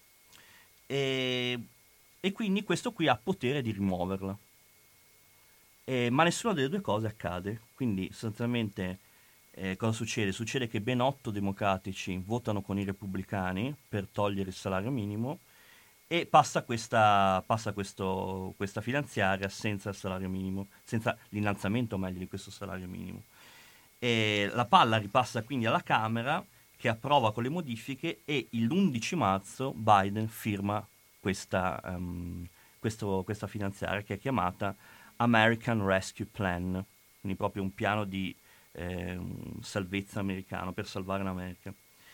Speaker 4: E, e quindi questo qui ha potere di rimuoverla. Eh, ma nessuna delle due cose accade, quindi sostanzialmente eh, cosa succede? Succede che ben otto democratici votano con i repubblicani per togliere il salario minimo e passa questa, passa questo, questa finanziaria senza il salario minimo, senza l'innalzamento meglio di questo salario minimo. E la palla ripassa quindi alla Camera, che approva con le modifiche, e l'undici marzo Biden firma questa, um, questo, questa finanziaria che è chiamata American Rescue Plan, quindi proprio un piano di eh, salvezza americano per salvare l'America.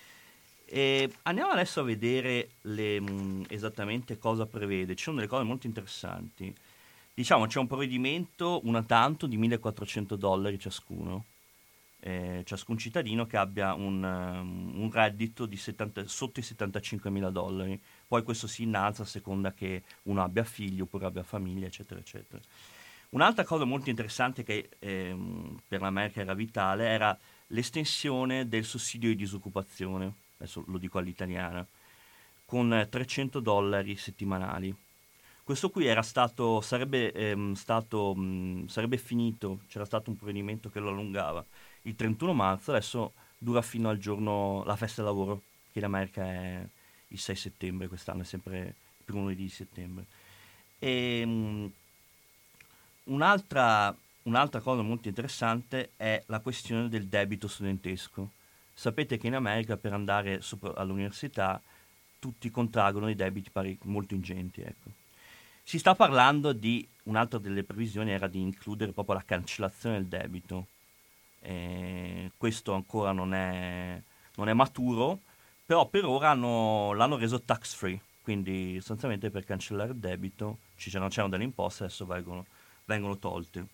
Speaker 4: E andiamo adesso a vedere le, mh, esattamente cosa prevede. Ci sono delle cose molto interessanti. Diciamo c'è un provvedimento una tanto di millequattrocento dollari ciascuno, eh, ciascun cittadino che abbia un, um, un reddito di settanta, sotto i settantacinquemila dollari. Poi questo si innalza a seconda che uno abbia figli oppure abbia famiglia, eccetera, eccetera. Un'altra cosa molto interessante che ehm, per l'America era vitale era l'estensione del sussidio di disoccupazione, adesso lo dico all'italiana, con trecento dollari settimanali. Questo qui era stato, sarebbe, ehm, stato, mh, sarebbe finito, c'era stato un provvedimento che lo allungava il trentuno marzo, adesso dura fino al giorno, la festa del lavoro, che in America è il sei settembre, quest'anno è sempre il primo lunedì di settembre. E, mh, Un'altra, un'altra cosa molto interessante è la questione del debito studentesco. Sapete che in America per andare sopra, all'università tutti contraggono dei debiti pari, molto ingenti. Ecco. Si sta parlando di, un'altra delle previsioni era di includere proprio la cancellazione del debito. Eh, questo ancora non è, non è maturo, però per ora hanno, l'hanno reso tax free, quindi sostanzialmente per cancellare il debito ci c'erano, c'erano delle imposte, adesso vengono vengono tolte.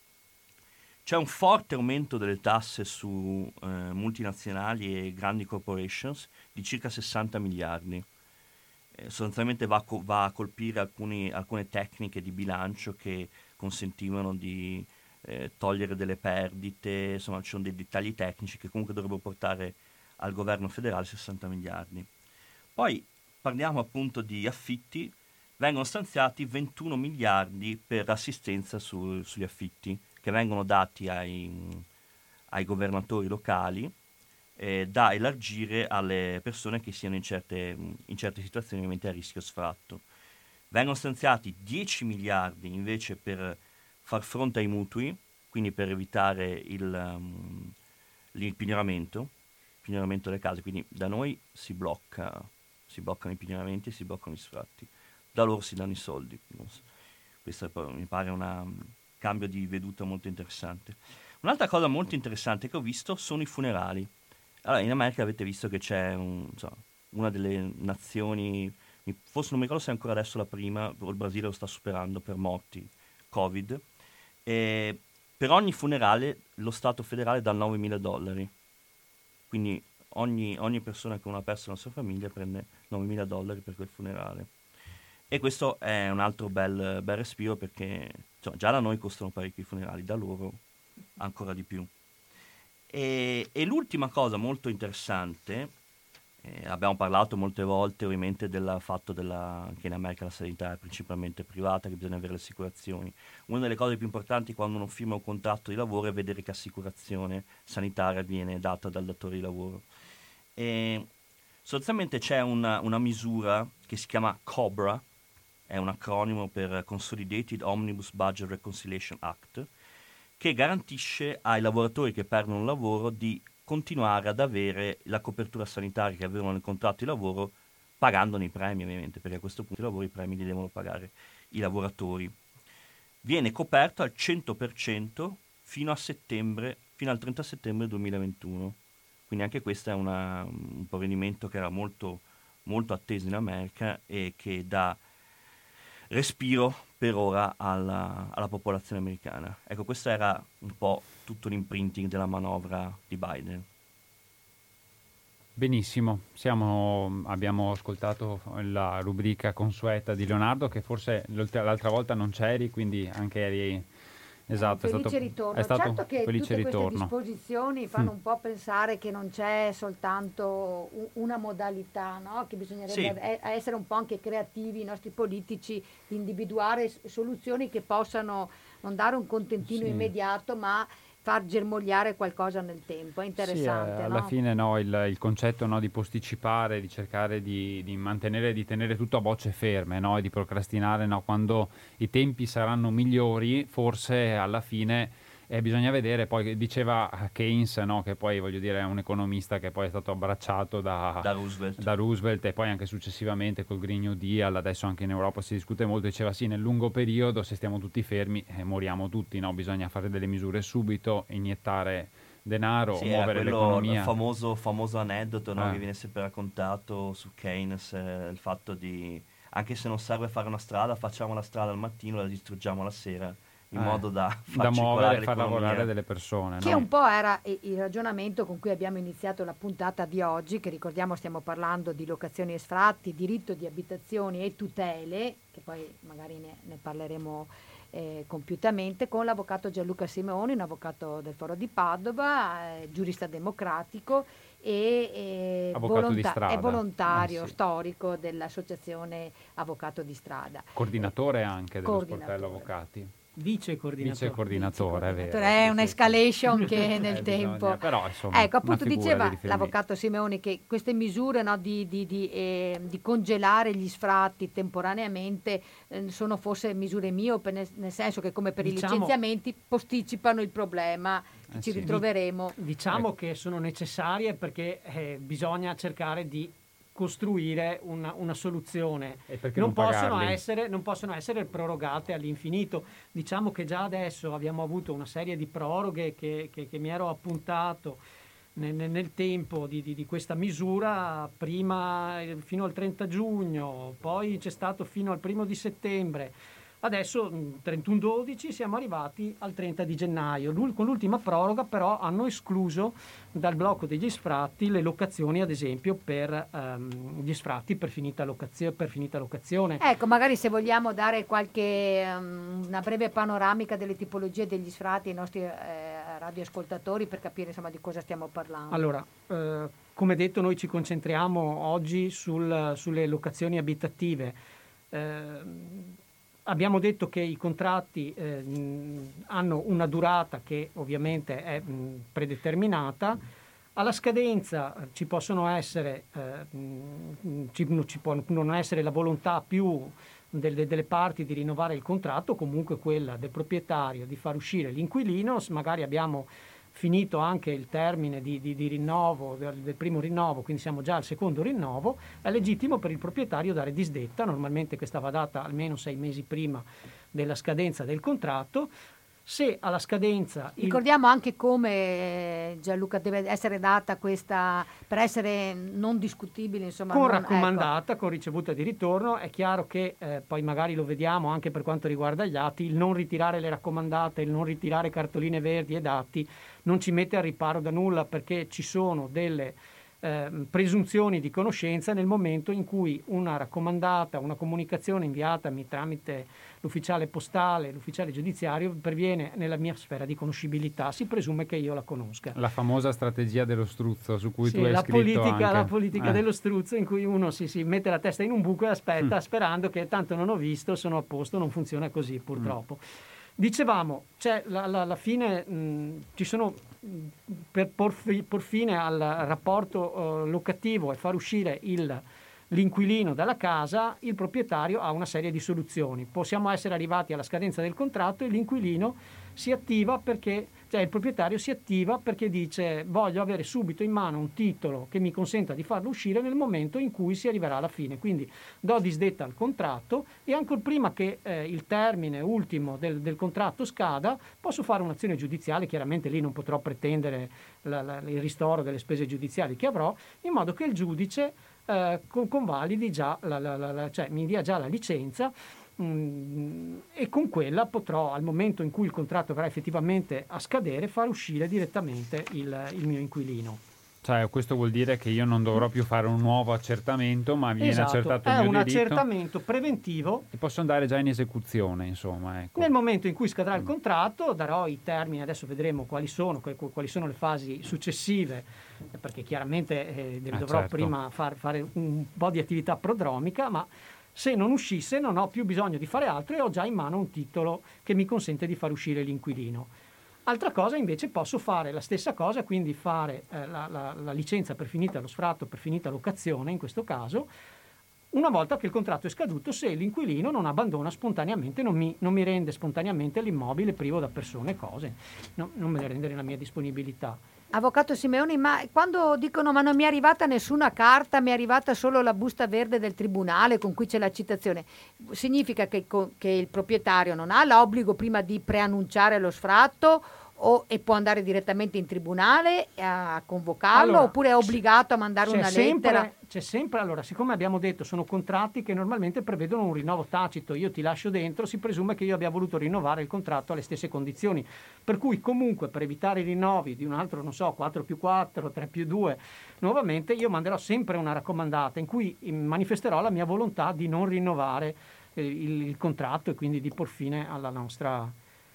Speaker 4: C'è un forte aumento delle tasse su eh, multinazionali e grandi corporations di circa sessanta miliardi. Eh, sostanzialmente va a, co- va a colpire alcuni, alcune tecniche di bilancio che consentivano di eh, togliere delle perdite, insomma ci sono dei dettagli tecnici che comunque dovrebbero portare al governo federale sessanta miliardi. Poi parliamo appunto di affitti. Vengono stanziati ventuno miliardi per assistenza su, sugli affitti che vengono dati ai, ai governatori locali eh, da elargire alle persone che siano in certe, in certe situazioni ovviamente a rischio sfratto. Vengono stanziati dieci miliardi invece per far fronte ai mutui, quindi per evitare il, um, l'impignamento, pignoramento delle case, quindi da noi si blocca, si bloccano i pignoramenti e si bloccano gli sfratti. Da loro si danno i soldi. Questo mi pare un cambio di veduta molto interessante. Un'altra cosa molto interessante che ho visto sono i funerali. Allora, in America avete visto che c'è un, insomma, una delle nazioni, forse non mi ricordo se è ancora adesso la prima, il Brasile lo sta superando per morti Covid, e per ogni funerale lo Stato federale dà novemila dollari. Quindi ogni, ogni persona che non ha perso la sua famiglia prende novemila dollari per quel funerale. E questo è un altro bel, bel respiro perché Cioè, già da noi costano parecchi i funerali, da loro ancora di più. E, e l'ultima cosa molto interessante, eh, abbiamo parlato molte volte ovviamente del fatto della, che in America la sanità è principalmente privata, che bisogna avere le assicurazioni. Una delle cose più importanti quando uno firma un contratto di lavoro è vedere che assicurazione sanitaria viene data dal datore di lavoro. E sostanzialmente c'è una, una misura che si chiama COBRA, è un acronimo per Consolidated Omnibus Budget Reconciliation Act, che garantisce ai lavoratori che perdono il lavoro di continuare ad avere la copertura sanitaria che avevano nel contratto di lavoro, pagandone i premi ovviamente, perché a questo punto i lavori i premi li devono pagare i lavoratori. Viene coperto al cento per cento fino a settembre, fino al trenta settembre duemilaventuno. Quindi anche questo è una, un provvedimento che era molto, molto atteso in America e che dà respiro per ora alla, alla popolazione americana. Ecco, questo era un po' tutto l'imprinting della manovra di Biden.
Speaker 3: Benissimo, siamo, abbiamo ascoltato la rubrica consueta di Leonardo, che forse l'altra volta non c'eri, quindi anche eri... Esatto,
Speaker 2: felice
Speaker 3: è stato,
Speaker 2: ritorno.
Speaker 3: è stato
Speaker 2: Certo che
Speaker 3: felice
Speaker 2: tutte
Speaker 3: ritorno.
Speaker 2: queste disposizioni fanno
Speaker 3: Mm.
Speaker 2: un po' pensare che non c'è soltanto u- una modalità, no? Che bisognerebbe
Speaker 4: Sì.
Speaker 2: e- essere un po' anche creativi, i nostri politici, di individuare s- soluzioni che possano non dare un contentino
Speaker 3: Sì.
Speaker 2: immediato, ma far germogliare qualcosa nel tempo. È interessante,
Speaker 3: Sì, eh, alla
Speaker 2: no?
Speaker 3: fine no, il, il concetto, no, di posticipare, di cercare di, di mantenere, di tenere tutto a bocce ferme, no, e di procrastinare, no, quando i tempi saranno migliori, forse alla fine eh, bisogna vedere. Poi diceva Keynes, no, che poi voglio dire è un economista che poi è stato abbracciato da,
Speaker 4: Da Roosevelt.
Speaker 3: da Roosevelt e poi anche successivamente col Green New Deal, adesso anche in Europa si discute molto, diceva sì, nel lungo periodo se stiamo tutti fermi eh, moriamo tutti, no? Bisogna fare delle misure subito, iniettare denaro,
Speaker 4: Sì, era
Speaker 3: muovere
Speaker 4: quello,
Speaker 3: l'economia.
Speaker 4: il famoso, famoso aneddoto, no,
Speaker 3: Eh.
Speaker 4: che viene sempre raccontato su Keynes, eh, il fatto di anche se non serve fare una strada, facciamo la strada al mattino e la distruggiamo la sera, in
Speaker 3: Eh,
Speaker 4: modo da far
Speaker 3: da
Speaker 4: circolare
Speaker 3: muovere e far
Speaker 4: l'economia.
Speaker 3: lavorare delle persone,
Speaker 2: Che
Speaker 3: no?
Speaker 2: un po' era i- il ragionamento con cui abbiamo iniziato la puntata di oggi, che ricordiamo stiamo parlando di locazioni e sfratti, diritto di abitazioni e tutele, che poi magari ne, ne parleremo eh, compiutamente, con l'avvocato Gianluca Simeoni, un avvocato del Foro di Padova, eh, giurista democratico e, e
Speaker 3: Avvocato di
Speaker 2: volonta-
Speaker 3: strada.
Speaker 2: e volontario
Speaker 3: Eh, sì.
Speaker 2: storico dell'associazione Avvocato di Strada.
Speaker 3: Coordinatore anche dello
Speaker 2: Coordinatore.
Speaker 3: sportello avvocati.
Speaker 7: Vice coordinatore.
Speaker 3: Vice coordinatore, è vero.
Speaker 2: È
Speaker 3: Sì,
Speaker 2: un'escalation
Speaker 3: sì, sì.
Speaker 2: che
Speaker 3: Eh,
Speaker 2: nel
Speaker 3: bisogna-
Speaker 2: tempo.
Speaker 3: però, insomma,
Speaker 2: Ecco, appunto
Speaker 3: una figura
Speaker 2: diceva
Speaker 3: di riferimento.
Speaker 2: l'avvocato Simeoni che queste misure, no, di, di- di, eh, di congelare gli sfratti temporaneamente eh, sono forse misure miope, nel, nel senso che come per
Speaker 7: Diciamo-
Speaker 2: i licenziamenti posticipano il problema, che
Speaker 3: Eh
Speaker 2: ci
Speaker 3: sì.
Speaker 2: ritroveremo.
Speaker 7: Diciamo
Speaker 3: Ecco.
Speaker 7: che sono necessarie perché eh, bisogna cercare di costruire una, una soluzione.
Speaker 3: E perché
Speaker 7: Non
Speaker 3: non
Speaker 7: possono,
Speaker 3: pagarli?
Speaker 7: essere, non possono essere prorogate all'infinito. Diciamo che già adesso abbiamo avuto una serie di proroghe che, che- che mi ero appuntato nel, nel- nel tempo di, di- di questa misura, prima eh, fino al trenta giugno, poi c'è stato fino al primo di settembre. Adesso mh, trentuno dodici siamo arrivati al trenta di gennaio. L'ul- con l'ultima proroga però hanno escluso dal blocco degli sfratti le locazioni, ad esempio per ehm, gli sfratti per finita, locazio- per finita locazione.
Speaker 2: Ecco, magari se vogliamo dare qualche um, una breve panoramica delle tipologie degli sfratti ai nostri eh, radioascoltatori per capire insomma di cosa stiamo parlando.
Speaker 7: Allora, eh, come detto, noi ci concentriamo oggi sul- sulle locazioni abitative. Eh, abbiamo detto che i contratti eh, mh, hanno una durata che ovviamente è mh, predeterminata. Alla scadenza eh, ci possono essere, eh, mh, ci, ci può non essere la volontà più delle, delle parti di rinnovare il contratto, comunque quella del proprietario di far uscire l'inquilino. S- Magari abbiamo finito anche il termine di, di- di rinnovo, del, del primo rinnovo, quindi siamo già al secondo rinnovo, è legittimo per il proprietario dare disdetta, normalmente questa va data almeno sei mesi prima della scadenza del contratto. Se alla scadenza il-
Speaker 2: Ricordiamo anche come eh, Gianluca deve essere data questa per essere non discutibile, insomma,
Speaker 7: con
Speaker 2: non-
Speaker 7: raccomandata, con ricevuta di ritorno, è chiaro che eh, poi magari lo vediamo anche per quanto riguarda gli atti, il non ritirare le raccomandate, il non ritirare cartoline verdi ed atti non ci mette al riparo da nulla, perché ci sono delle eh, presunzioni di conoscenza nel momento in cui una raccomandata, una comunicazione inviatami tramite l'ufficiale postale, l'ufficiale giudiziario, perviene nella mia sfera di conoscibilità, si presume che io la conosca.
Speaker 3: La famosa strategia dello struzzo su cui
Speaker 7: Sì,
Speaker 3: tu hai
Speaker 7: la
Speaker 3: scritto
Speaker 7: politica,
Speaker 3: anche.
Speaker 7: la politica
Speaker 3: Eh.
Speaker 7: dello struzzo, in cui uno si, si mette la testa in un buco e aspetta,
Speaker 3: Mm.
Speaker 7: sperando che tanto non ho visto, sono a posto, non funziona così purtroppo. Dicevamo, c'è la- la- alla fine mh, ci sono mh, per porfi- por fine al rapporto eh, locativo e far uscire il- l'inquilino dalla casa, il proprietario ha una serie di soluzioni. Possiamo essere arrivati alla scadenza del contratto e l'inquilino si attiva perché, cioè il proprietario si attiva perché dice voglio avere subito in mano un titolo che mi consenta di farlo uscire nel momento in cui si arriverà alla fine. Quindi do disdetta al contratto e ancora prima che eh, il termine ultimo del, del contratto scada posso fare un'azione giudiziale. Chiaramente lì non potrò pretendere la- la- il ristoro delle spese giudiziali che avrò, in modo che il giudice eh, con- convalidi già la, la- la- la- cioè mi dia già la licenza. Mm, e con quella potrò, al momento in cui il contratto verrà effettivamente a scadere, far uscire direttamente il, il mio inquilino.
Speaker 3: Cioè, questo vuol dire che io non dovrò più fare un nuovo accertamento, ma viene
Speaker 7: Esatto,
Speaker 3: accertato
Speaker 7: è
Speaker 3: il mio
Speaker 7: un
Speaker 3: diritto
Speaker 7: accertamento preventivo.
Speaker 3: e posso andare già in esecuzione, insomma. Ecco.
Speaker 7: Nel momento in cui scadrà il
Speaker 3: Mm.
Speaker 7: contratto, darò i termini, adesso vedremo quali sono, que- quali sono le fasi successive, eh, perché chiaramente eh,
Speaker 3: Ah,
Speaker 7: dovrò
Speaker 3: certo.
Speaker 7: prima far- fare un po' di attività prodromica, ma se non uscisse non ho più bisogno di fare altro e ho già in mano un titolo che mi consente di far uscire l'inquilino. Altra cosa invece posso fare la stessa cosa, quindi fare eh, la, la- la licenza per finita lo sfratto, per finita locazione in questo caso, una volta che il contratto è scaduto, se l'inquilino non abbandona spontaneamente, non mi, non mi rende spontaneamente l'immobile privo da persone e cose, no- non me ne rende nella mia disponibilità.
Speaker 2: Avvocato Simeoni, ma quando dicono ma non mi è arrivata nessuna carta, mi è arrivata solo la busta verde del tribunale con cui c'è la citazione, significa che, co- che il proprietario non ha l'obbligo prima di preannunciare lo sfratto o, e può andare direttamente in tribunale a convocarlo,
Speaker 7: Allora,
Speaker 2: oppure è obbligato a mandare
Speaker 7: C'è
Speaker 2: una lettera?
Speaker 7: sempre, c'è sempre, allora, siccome abbiamo detto sono contratti che normalmente prevedono un rinnovo tacito, io ti lascio dentro, si presume che io abbia voluto rinnovare il contratto alle stesse condizioni, per cui comunque per evitare i rinnovi di un altro, non so, quattro più quattro, tre più due, nuovamente io manderò sempre una raccomandata in cui eh, manifesterò la mia volontà di non rinnovare eh, il, il contratto e quindi di por fine alla nostra...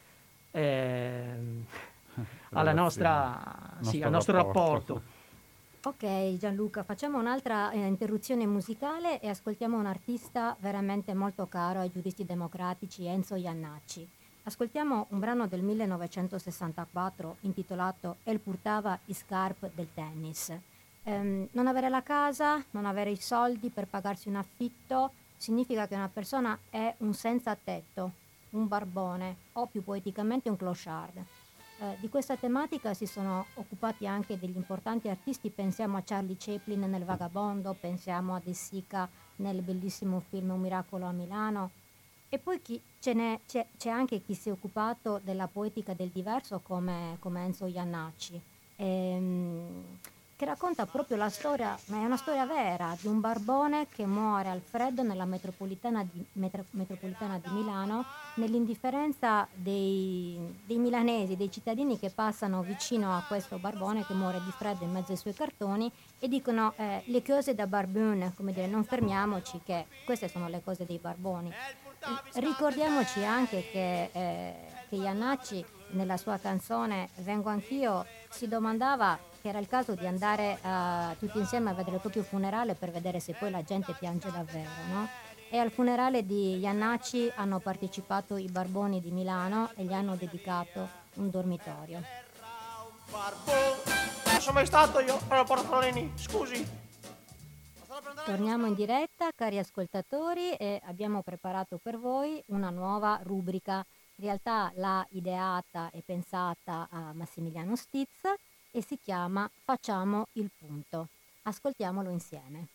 Speaker 7: ehm, alla nostra, sì,
Speaker 3: Nostro
Speaker 7: al nostro
Speaker 3: rapporto.
Speaker 7: rapporto.
Speaker 1: Ok Gianluca, facciamo un'altra eh, interruzione musicale e ascoltiamo un artista veramente molto caro ai giuristi democratici, Enzo Jannacci. Ascoltiamo un brano del millenovecentosessantaquattro intitolato El Purtava i Scarp del tennis. Ehm, non avere la casa, non avere i soldi per pagarsi un affitto, significa che una persona è un senza tetto, un barbone o più poeticamente un clochard. Eh, di questa tematica si sono occupati anche degli importanti artisti, pensiamo a Charlie Chaplin nel Vagabondo, pensiamo a De Sica nel bellissimo film Un miracolo a Milano, e poi chi, ce n'è, c'è, c'è anche chi si è occupato della poetica del diverso come, come Enzo Jannacci, ehm, che racconta proprio la storia, ma è una storia vera, di un barbone che muore al freddo nella metropolitana di, metro, metropolitana di Milano, nell'indifferenza dei, dei milanesi, dei cittadini che passano vicino a questo barbone che muore di freddo in mezzo ai suoi cartoni e dicono eh, le cose da barbone, come dire, non fermiamoci che queste sono le cose dei barboni. Ricordiamoci anche che, eh, che Jannacci nella sua canzone Vengo anch'io si domandava che era il caso di andare uh, tutti insieme a vedere il proprio funerale per vedere se poi la gente piange davvero, no? E al funerale di Jannacci hanno partecipato i Barboni di Milano e gli hanno dedicato un dormitorio.
Speaker 5: Non sono mai stato io all'aeroporto Floreni, scusi.
Speaker 1: Torniamo in diretta, cari ascoltatori, e abbiamo preparato per voi una nuova rubrica. In realtà l'ha ideata e pensata a Massimiliano Stizza e si chiama Facciamo il punto. Ascoltiamolo insieme.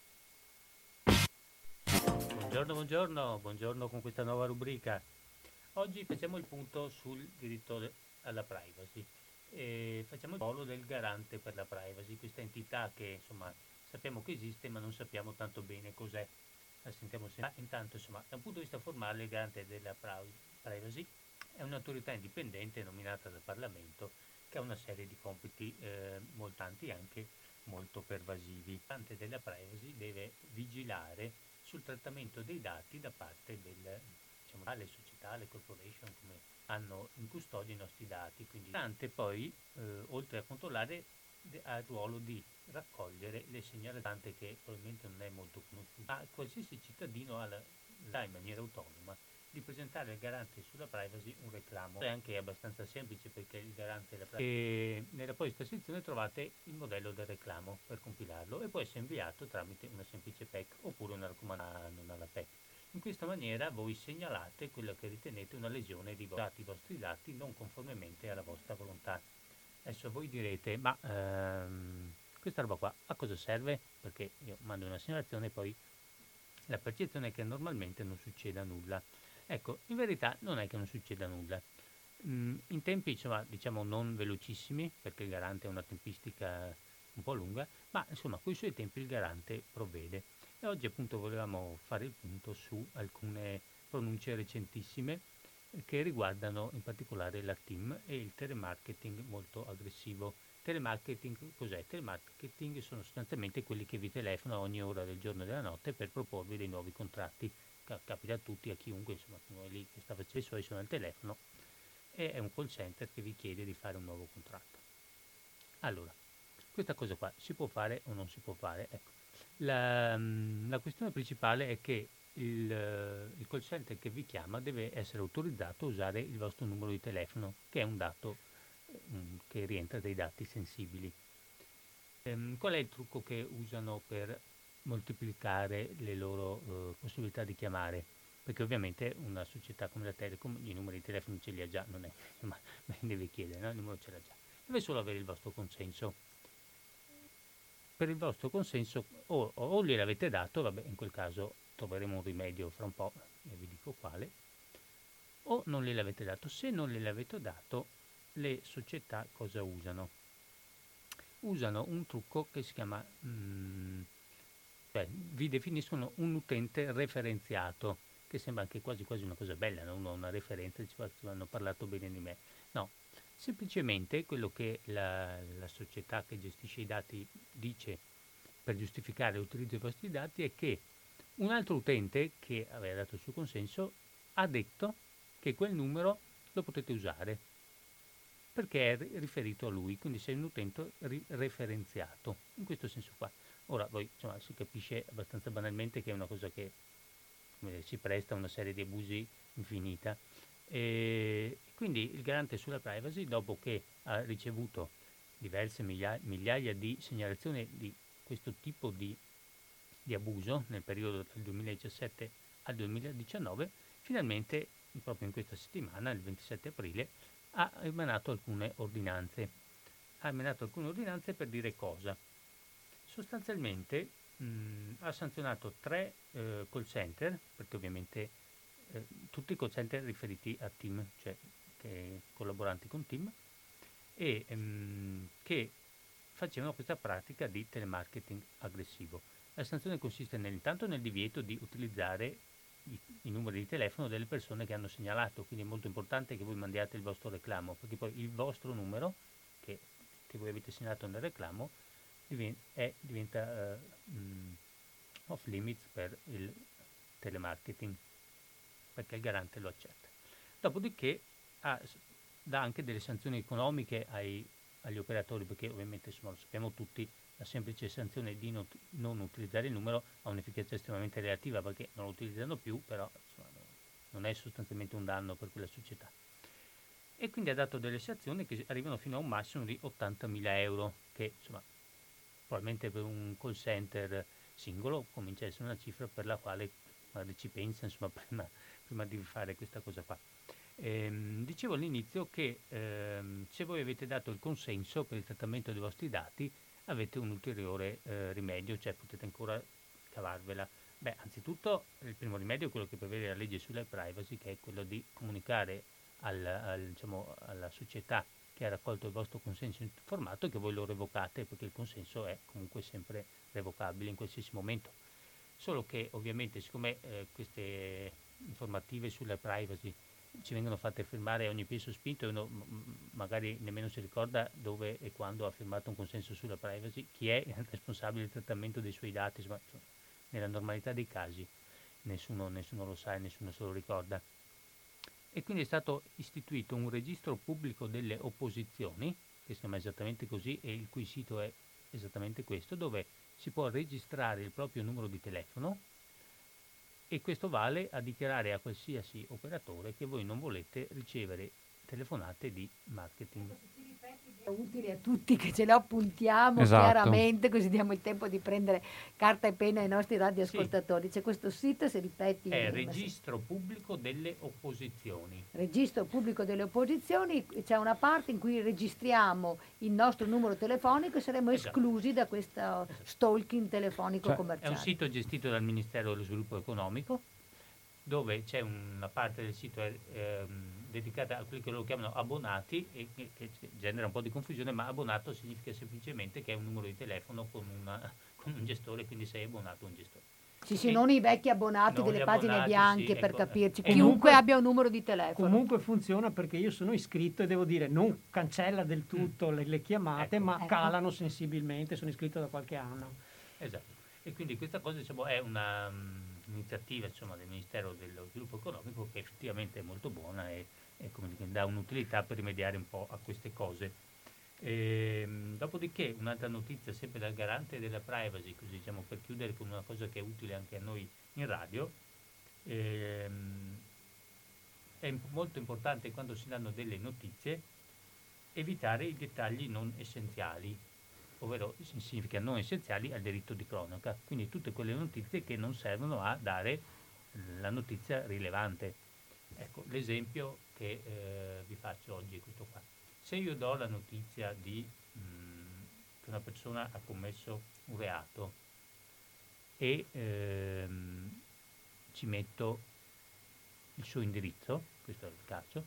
Speaker 6: Buongiorno, buongiorno, buongiorno con questa nuova rubrica. Oggi facciamo il punto sul diritto alla privacy. E facciamo il ruolo del garante per la privacy, questa entità che insomma sappiamo che esiste ma non sappiamo tanto bene cos'è. La sentiamo sempre. Intanto insomma da un punto di vista formale il garante della privacy è un'autorità indipendente nominata dal Parlamento che ha una serie di compiti eh, moltanti anche molto pervasivi. Il garante della privacy deve vigilare sul trattamento dei dati da parte del, diciamo, le società, le corporation come hanno in custodia i nostri dati. Quindi il garante poi, eh, oltre a controllare, de- ha il ruolo di raccogliere le segnalazioni che probabilmente non è molto conosciuto, ma qualsiasi cittadino ha la, la in maniera autonoma di presentare al garante sulla privacy un reclamo. È anche abbastanza semplice perché il garante della privacy, e nell'apposita sezione trovate il modello del reclamo per compilarlo e può essere inviato tramite una semplice P E C oppure una raccomandazione non alla P E C. In questa maniera voi segnalate quello che ritenete una lesione di vo- dati, i vostri dati non conformemente alla vostra volontà. Adesso voi direte, ma ehm, questa roba qua a cosa serve? Perché io mando una segnalazione e poi la percezione è che normalmente non succeda nulla. Ecco, in verità non è che non succeda nulla. Mm, in tempi insomma, diciamo non velocissimi, perché il garante ha una tempistica un po' lunga, ma insomma con i suoi tempi il garante provvede. E oggi appunto volevamo fare il punto su alcune pronunce recentissime eh, che riguardano in particolare la T I M e il telemarketing molto aggressivo. Telemarketing cos'è? Telemarketing sono sostanzialmente quelli che vi telefonano a ogni ora del giorno e della notte per proporvi dei nuovi contratti. Ca- capita a tutti, a chiunque, insomma, uno è lì che sta facendo i suoi, sono al telefono e è un call center che vi chiede di fare un nuovo contratto. Allora, questa cosa qua si può fare o non si può fare? Ecco, la, mm, la questione principale è che il, eh, il call center che vi chiama deve essere autorizzato a usare il vostro numero di telefono, che è un dato eh, mm, che rientra dei dati sensibili. Ehm, qual è il trucco che usano per moltiplicare le loro eh, possibilità di chiamare? Perché ovviamente una società come la Telecom i numeri di telefono ce li ha già, non è, insomma, deve chiedere, no? Il numero ce l'ha già. Deve solo avere il vostro consenso. Per il vostro consenso o, o gliel'avete dato, vabbè, in quel caso troveremo un rimedio fra un po', e vi dico quale, o non gliel'avete dato. Se non gliel'avete dato, le società cosa usano? Usano un trucco che si chiama, mm, cioè vi definiscono un utente referenziato, che sembra anche quasi quasi una cosa bella, no? Uno ha una referenza e dice "Guarda, hanno parlato bene di me". No, semplicemente quello che la, la società che gestisce i dati dice per giustificare l'utilizzo dei vostri dati è che un altro utente che aveva dato il suo consenso ha detto che quel numero lo potete usare perché è ri- riferito a lui, quindi sei un utente ri- referenziato, in questo senso qua. Ora, poi insomma, si capisce abbastanza banalmente che è una cosa che come dire, si presta a una serie di abusi infinita. E quindi il garante sulla privacy, dopo che ha ricevuto diverse miglia- migliaia di segnalazioni di questo tipo di, di abuso nel periodo dal duemiladiciassette al duemiladiciannove, finalmente, proprio in questa settimana, il ventisette aprile, ha emanato alcune ordinanze. Ha emanato alcune ordinanze per dire cosa? Sostanzialmente mh, ha sanzionato tre eh, call center, perché ovviamente eh, tutti i call center riferiti a T I M, cioè che, collaboranti con T I M, e ehm, che facevano questa pratica di telemarketing aggressivo. La sanzione consiste nel, intanto nel divieto di utilizzare i, i numeri di telefono delle persone che hanno segnalato, quindi è molto importante che voi mandiate il vostro reclamo, perché poi il vostro numero, che, che voi avete segnalato nel reclamo, diven- è- diventa eh, mh, off limits per il telemarketing, perché il garante lo accetta. Dopodiché ha- s- dà anche delle sanzioni economiche ai- agli operatori, perché ovviamente insomma, lo sappiamo tutti, la semplice sanzione di non, non utilizzare il numero ha un'efficacia estremamente relativa, perché non lo utilizzano più, però insomma, no- non è sostanzialmente un danno per quella società. E quindi ha dato delle sanzioni che arrivano fino a un massimo di ottantamila euro, che insomma probabilmente per un call center singolo comincia a essere una cifra per la quale magari ci pensa insomma, prima, prima di fare questa cosa qua. Ehm, dicevo all'inizio che ehm, se voi avete dato il consenso per il trattamento dei vostri dati avete un ulteriore eh, rimedio, cioè potete ancora cavarvela. Beh, anzitutto il primo rimedio è quello che prevede la legge sulla privacy, che è quello di comunicare al, al, diciamo, alla società che ha raccolto il vostro consenso informato che voi lo revocate, perché il consenso è comunque sempre revocabile in qualsiasi momento. Solo che ovviamente siccome eh, queste informative sulla privacy ci vengono fatte firmare a ogni piè sospinto e uno m- m- magari nemmeno si ricorda dove e quando ha firmato un consenso sulla privacy, chi è il responsabile del trattamento dei suoi dati, insomma, insomma, nella normalità dei casi nessuno, nessuno lo sa e nessuno se lo ricorda. E quindi è stato istituito un registro pubblico delle opposizioni, che si chiama esattamente così e il cui sito è esattamente questo, dove si può registrare il proprio numero di telefono e questo vale a dichiarare a qualsiasi operatore che voi non volete ricevere telefonate di marketing.
Speaker 2: È utile a tutti che ce lo appuntiamo
Speaker 3: Esatto.
Speaker 2: chiaramente, così diamo il tempo di prendere carta e penna ai nostri radioascoltatori. C'è questo sito, se ripeti.
Speaker 6: È
Speaker 2: ma
Speaker 6: registro pubblico delle opposizioni.
Speaker 2: Registro pubblico delle opposizioni, c'è una parte in cui registriamo il nostro numero telefonico e saremo
Speaker 6: Esatto.
Speaker 2: esclusi da questo stalking telefonico
Speaker 3: Cioè,
Speaker 6: È
Speaker 2: commerciale.
Speaker 6: un sito gestito dal Ministero dello Sviluppo Economico, dove c'è una parte del sito è, ehm, dedicata a quelli che loro chiamano abbonati e che, che genera un po' di confusione, ma abbonato significa semplicemente che è un numero di telefono con, una, con un gestore, quindi sei abbonato a un gestore.
Speaker 2: Sì, sì,
Speaker 6: E-
Speaker 2: non i vecchi abbonati
Speaker 6: non
Speaker 2: delle
Speaker 6: gli
Speaker 2: pagine
Speaker 6: abbonati,
Speaker 2: bianche,
Speaker 6: sì,
Speaker 2: per
Speaker 6: ecco.
Speaker 2: capirci.
Speaker 6: E
Speaker 2: Chiunque
Speaker 7: comunque-
Speaker 2: abbia un numero di telefono.
Speaker 7: Comunque funziona perché io sono iscritto e devo dire non cancella del tutto le, le chiamate,
Speaker 6: Ecco.
Speaker 7: ma
Speaker 1: Ecco.
Speaker 7: calano sensibilmente, sono iscritto da qualche anno.
Speaker 6: Esatto. E quindi questa cosa diciamo, è una, mm, un'iniziativa insomma, del Ministero dello Sviluppo Economico che effettivamente è molto buona e, e come dire, dà un'utilità per rimediare un po' a queste cose. Ehm, dopodiché un'altra notizia sempre dal garante della privacy, così diciamo per chiudere con una cosa che è utile anche a noi in radio, ehm, è imp- molto importante quando si danno delle notizie evitare i dettagli non essenziali, ovvero si- significa non essenziali al diritto di cronaca, quindi tutte quelle notizie che non servono a dare la notizia rilevante. Ecco, l'esempio che eh, vi faccio oggi è questo qua. Se io do la notizia di, mh, che una persona ha commesso un reato e ehm, ci metto il suo indirizzo, questo è il caso,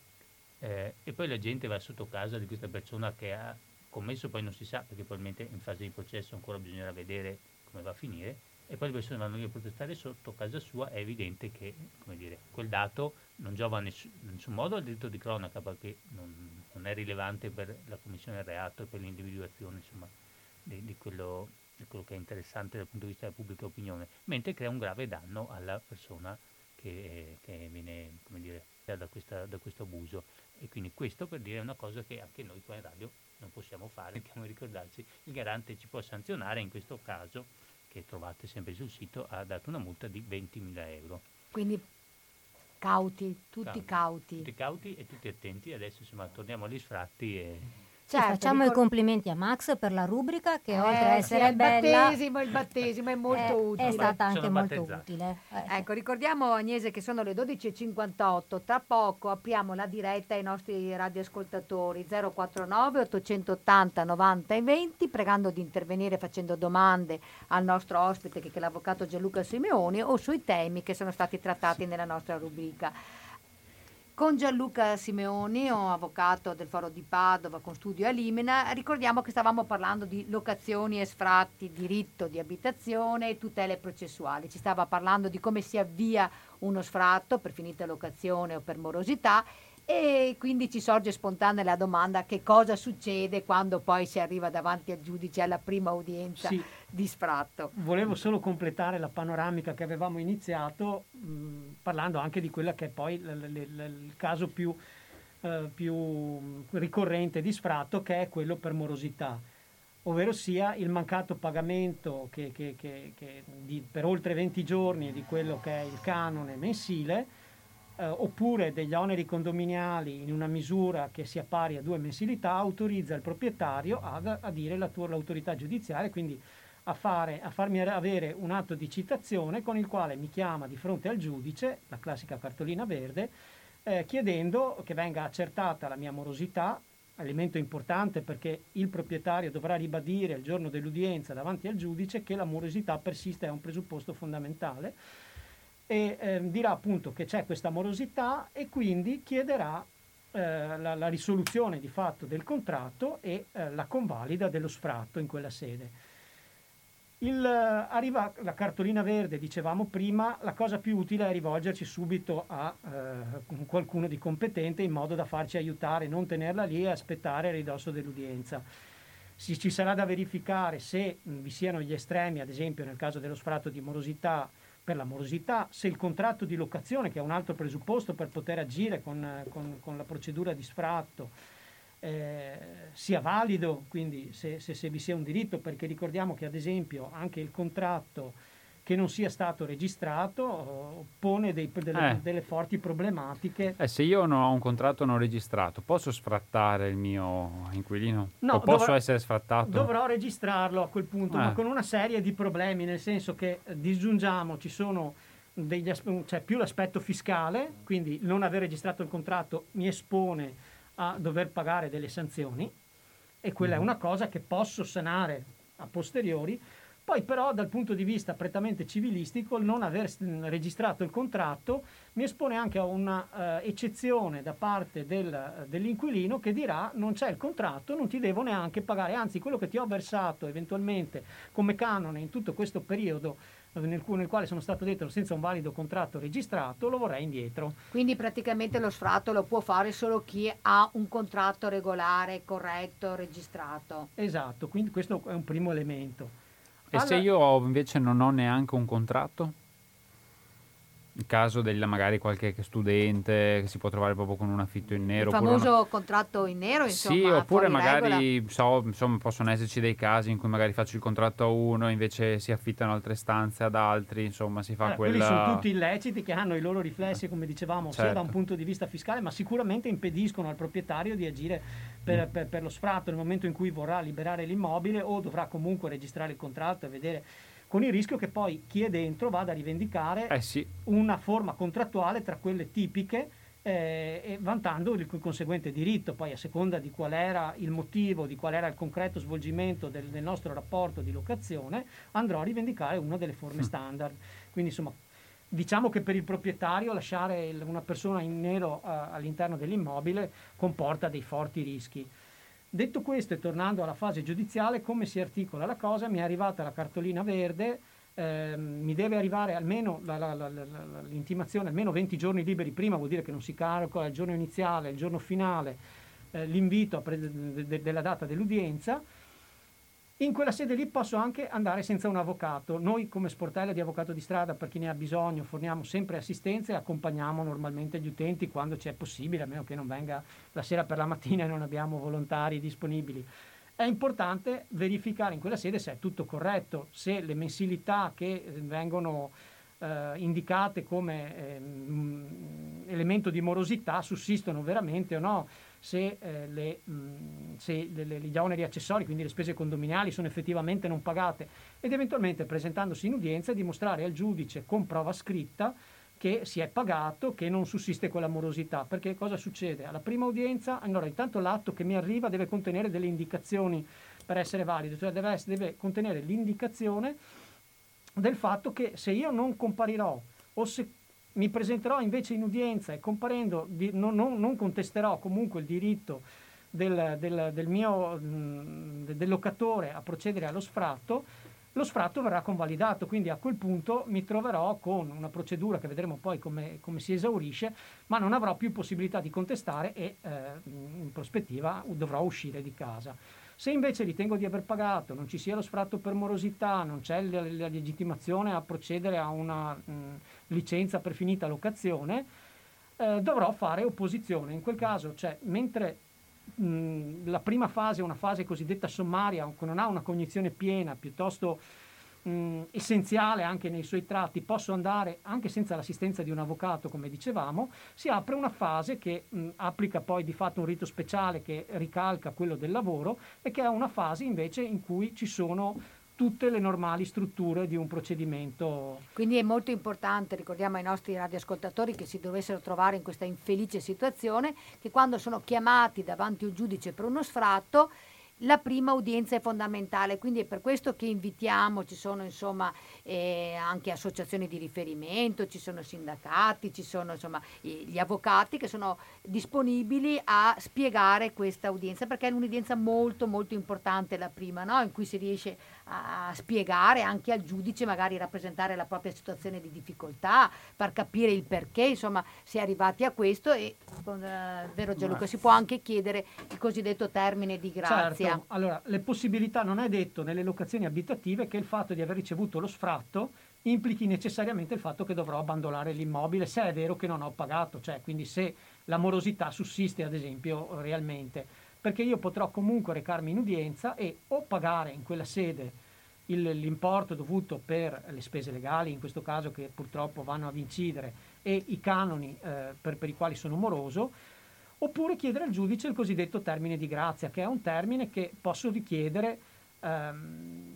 Speaker 6: eh, e poi la gente va sotto casa di questa persona che ha commesso, poi non si sa perché probabilmente in fase di processo ancora bisognerà vedere come va a finire, e poi le persone vanno lì a protestare sotto casa sua, è evidente che come dire, quel dato non giova in nessun, in nessun modo al diritto di cronaca perché non, non è rilevante per la commissione del reato e per l'individuazione insomma, di, di, quello, di quello che è interessante dal punto di vista della pubblica opinione, mentre crea un grave danno alla persona che, che viene come dire, da, questa, da questo abuso. E quindi questo per dire una cosa che anche noi qua in radio non possiamo fare, dobbiamo ricordarci, il garante ci può sanzionare, in questo caso, che trovate sempre sul sito, ha dato una multa di ventimila euro.
Speaker 2: Quindi cauti, tutti
Speaker 6: Cauti.
Speaker 2: cauti.
Speaker 6: Tutti cauti e tutti attenti, adesso insomma torniamo agli sfratti e...
Speaker 1: Sì,
Speaker 2: Certo,
Speaker 1: facciamo
Speaker 2: ricor-
Speaker 1: i complimenti a Max per la rubrica che oltre a
Speaker 2: Eh, sì,
Speaker 1: essere
Speaker 2: il
Speaker 1: bella
Speaker 2: battesimo, il battesimo è molto
Speaker 1: è,
Speaker 2: utile.
Speaker 1: è stata
Speaker 6: Sono
Speaker 1: anche molto
Speaker 6: battezzato.
Speaker 1: utile. Ecco.
Speaker 2: Ecco, ricordiamo Agnese che sono le dodici e cinquantotto, tra poco apriamo la diretta ai nostri radioascoltatori zero quattro nove ottocentottanta novanta e venti, pregando di intervenire facendo domande al nostro ospite che è l'avvocato Gianluca Simeoni o sui temi che sono stati trattati nella nostra rubrica. Con Gianluca Simeoni, un avvocato del Foro di Padova con studio a Limena, ricordiamo che stavamo parlando di locazioni e sfratti, diritto di abitazione e tutele processuali. Ci stava parlando di come si avvia uno sfratto per finita locazione o per morosità e quindi ci sorge spontanea la domanda che cosa succede quando poi si arriva davanti al giudice alla prima udienza
Speaker 7: Sì,
Speaker 2: di sfratto.
Speaker 7: volevo solo completare la panoramica che avevamo iniziato mh, parlando anche di quella che è poi l- l- l- il caso più, eh, più ricorrente di sfratto, che è quello per morosità, ovvero sia il mancato pagamento che, che- che- che di- per oltre venti giorni di quello che è il canone mensile, eh, oppure degli oneri condominiali in una misura che sia pari a due mensilità, autorizza il proprietario ad adire la tua- l'autorità giudiziaria, quindi a, fare, a farmi avere un atto di citazione con il quale mi chiama di fronte al giudice, la classica cartolina verde, eh, chiedendo che venga accertata la mia morosità, elemento importante perché il proprietario dovrà ribadire il giorno dell'udienza davanti al giudice che la morosità persiste, è un presupposto fondamentale, e eh, dirà appunto che c'è questa morosità e quindi chiederà eh, la, la risoluzione di fatto del contratto e eh, la convalida dello sfratto in quella sede. Il, arriva la cartolina verde, dicevamo prima, la cosa più utile è rivolgerci subito a eh, qualcuno di competente in modo da farci aiutare, non tenerla lì e aspettare a ridosso dell'udienza. Si, ci sarà da verificare se mh, vi siano gli estremi, ad esempio nel caso dello sfratto di morosità, per la morosità, se il contratto di locazione, che è un altro presupposto per poter agire con, con, con la procedura di sfratto, Eh, sia valido, quindi se, se, se vi sia un diritto, perché ricordiamo che ad esempio anche il contratto che non sia stato registrato oh, pone dei, delle,
Speaker 3: Eh.
Speaker 7: delle forti problematiche.
Speaker 3: Eh, se io non ho un contratto non registrato, posso sfrattare il mio inquilino?
Speaker 7: No,
Speaker 3: o posso
Speaker 7: dovrò-
Speaker 3: essere sfrattato?
Speaker 7: Dovrò registrarlo a quel punto,
Speaker 3: Eh.
Speaker 7: ma con una serie di problemi, nel senso che eh, disgiungiamo, ci sono degli aspe- cioè più l'aspetto fiscale, quindi non aver registrato il contratto mi espone a dover pagare delle sanzioni, e quella
Speaker 3: Mhm.
Speaker 7: è una cosa che posso sanare a posteriori. Poi però dal punto di vista prettamente civilistico il non aver s- registrato il contratto mi espone anche a una eh, eccezione da parte del- dell'inquilino, che dirà: non c'è il contratto, non ti devo neanche pagare, anzi quello che ti ho versato eventualmente come canone in tutto questo periodo eh, nel, cu- nel quale sono stato dentro senza un valido contratto registrato, lo vorrei indietro.
Speaker 2: Quindi praticamente lo sfratto lo può fare solo chi ha un contratto regolare, corretto, registrato.
Speaker 7: Esatto, quindi questo è un primo elemento.
Speaker 3: E se
Speaker 7: Alla-
Speaker 3: io ho- invece non ho neanche un contratto? In caso del magari qualche studente che si può trovare proprio con un affitto in
Speaker 2: Il
Speaker 3: nero. oppure
Speaker 2: famoso
Speaker 3: una-
Speaker 2: contratto in nero, insomma,
Speaker 3: Sì, oppure
Speaker 2: fuori regola.
Speaker 3: magari so, insomma, possono esserci dei casi in cui magari faccio il contratto a uno e invece si affittano altre stanze ad altri, insomma si fa
Speaker 7: Allora, quelli sono
Speaker 3: quella...
Speaker 7: tutti illeciti che hanno i loro riflessi, come dicevamo, sia da
Speaker 3: Certo.
Speaker 7: un punto di vista fiscale, ma sicuramente impediscono al proprietario di agire per,
Speaker 3: Mm.
Speaker 7: per- per lo sfratto nel momento in cui vorrà liberare l'immobile, o dovrà comunque registrare il contratto e vedere, con il rischio che poi chi è dentro vada a rivendicare
Speaker 3: Eh sì,
Speaker 7: una forma contrattuale tra quelle tipiche, eh, e vantando il conseguente diritto. Poi, a seconda di qual era il motivo, di qual era il concreto svolgimento del, del nostro rapporto di locazione, andrò a rivendicare una delle forme
Speaker 3: Mm.
Speaker 7: standard. Quindi insomma, diciamo che per il proprietario lasciare il- una persona in nero eh, all'interno dell'immobile comporta dei forti rischi. Detto questo, e tornando alla fase giudiziale, come si articola la cosa? Mi è arrivata la cartolina verde, ehm, mi deve arrivare almeno la- la- la- la- la- l'intimazione almeno venti giorni liberi prima, vuol dire che non si calcola il giorno iniziale, il giorno finale, eh, l'invito a pre- de- de- della data dell'udienza. In quella sede lì posso anche andare senza un avvocato. Noi come sportello di avvocato di strada, per chi ne ha bisogno, forniamo sempre assistenza e accompagniamo normalmente gli utenti quando c'è possibile, a meno che non venga la sera per la mattina e non abbiamo volontari disponibili. È importante verificare in quella sede se è tutto corretto, se le mensilità che eh, vengono eh, indicate come ehm, elemento di morosità sussistono veramente o no, se, eh, le, mh, se le- le- gli oneri accessori, quindi le spese condominiali, sono effettivamente non pagate, ed eventualmente presentandosi in udienza dimostrare al giudice con prova scritta che si è pagato, che non sussiste quella morosità. Perché cosa succede? Alla prima udienza, allora intanto l'atto che mi arriva deve contenere delle indicazioni per essere valido, cioè deve, ess- deve contenere l'indicazione del fatto che se io non comparirò, o se mi presenterò invece in udienza e comparendo di- non, non- non contesterò comunque il diritto del, del- del mio mh, de- del locatore a procedere allo sfratto, lo sfratto verrà convalidato. Quindi a quel punto mi troverò con una procedura che vedremo poi come, come si esaurisce, ma non avrò più possibilità di contestare e eh, in prospettiva dovrò uscire di casa. Se invece ritengo di aver pagato, non ci sia lo sfratto per morosità, non c'è la, la legittimazione a procedere a una mh, licenza per finita locazione, eh, dovrò fare opposizione. In quel caso, cioè, mentre mh, la prima fase è una fase cosiddetta sommaria, che non ha una cognizione piena, piuttosto mh, essenziale anche nei suoi tratti, posso andare anche senza l'assistenza di un avvocato, come dicevamo, si apre una fase che mh, applica poi di fatto un rito speciale che ricalca quello del lavoro, e che è una fase invece in cui ci sono tutte le normali strutture di un procedimento.
Speaker 2: Quindi è molto importante, ricordiamo ai nostri radioascoltatori che si dovessero trovare in questa infelice situazione, che quando sono chiamati davanti a un giudice per uno sfratto, la prima udienza è fondamentale, quindi è per questo che invitiamo, ci sono insomma eh, anche associazioni di riferimento, ci sono sindacati, ci sono insomma i- gli avvocati che sono disponibili a spiegare questa udienza, perché è un'udienza molto molto importante la prima, no? In cui si riesce a spiegare anche al giudice, magari rappresentare la propria situazione di difficoltà, far capire il perché, insomma, si è arrivati a questo e, con, eh, vero Gianluca,
Speaker 7: Ma-
Speaker 2: si può anche chiedere il cosiddetto termine di grazia.
Speaker 7: Certo, allora le possibilità, non è detto nelle locazioni abitative che il fatto di aver ricevuto lo sfratto implichi necessariamente il fatto che dovrò abbandonare l'immobile se è vero che non ho pagato, cioè quindi se la morosità sussiste ad esempio realmente, perché io potrò comunque recarmi in udienza e o pagare in quella sede il- l'importo dovuto per le spese legali, in questo caso che purtroppo vanno ad incidere, e i canoni eh, per, per i quali sono moroso, oppure chiedere al giudice il cosiddetto termine di grazia, che è un termine che posso richiedere ehm,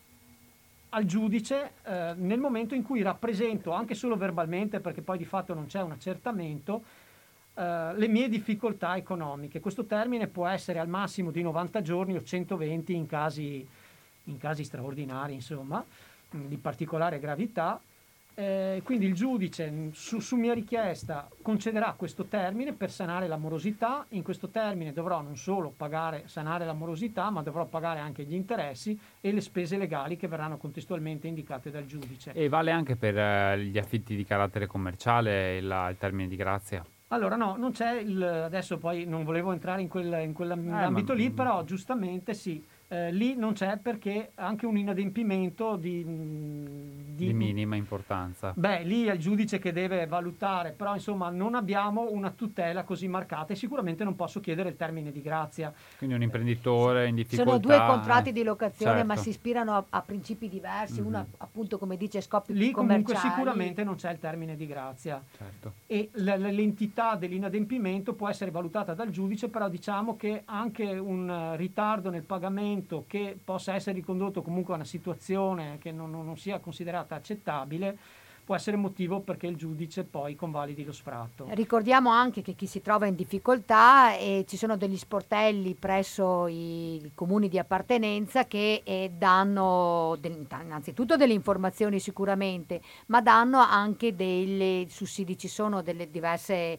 Speaker 7: al giudice eh, nel momento in cui rappresento, anche solo verbalmente, perché poi di fatto non c'è un accertamento, eh, le mie difficoltà economiche. Questo termine può essere al massimo di novanta giorni o centoventi in casi, in casi straordinari, insomma, mh, di particolare gravità. Eh, quindi il giudice, mh, su, su mia richiesta, concederà questo termine per sanare la morosità. In questo termine dovrò non solo pagare, sanare la morosità, ma dovrò pagare anche gli interessi e le spese legali che verranno contestualmente indicate dal giudice.
Speaker 3: E vale anche per eh, gli affitti di carattere commerciale il, il termine di grazia?
Speaker 7: Allora no, non c'è il, adesso poi non volevo entrare in quel- in quell'ambito
Speaker 3: ma-
Speaker 7: lì, però giustamente sì, eh, lì non c'è perché anche un inadempimento di, di,
Speaker 3: Di minima importanza.
Speaker 7: Beh, lì è il giudice che deve valutare, però insomma non abbiamo una tutela così marcata e sicuramente non posso chiedere il termine di grazia.
Speaker 3: Quindi un imprenditore in difficoltà...
Speaker 2: Sono due contratti
Speaker 3: eh,
Speaker 2: di locazione, ma
Speaker 3: certo.
Speaker 2: si ispirano a, a principi diversi, uno
Speaker 3: Mhm.
Speaker 2: appunto come dice scopi
Speaker 7: Lì comunque
Speaker 2: commerciali.
Speaker 7: sicuramente non c'è il termine di grazia.
Speaker 3: Certo.
Speaker 7: E l- l- l'entità dell'inadempimento può essere valutata dal giudice, però diciamo che anche un eh, ritardo nel pagamento che possa essere ricondotto comunque a una situazione che non, non- non sia considerata accettabile può essere motivo perché il giudice poi convalidi lo sfratto.
Speaker 2: Ricordiamo anche che chi si trova in difficoltà e ci sono degli sportelli presso i comuni di appartenenza che eh, danno del- innanzitutto delle informazioni sicuramente, ma danno anche dei sussidi. Ci sono delle diverse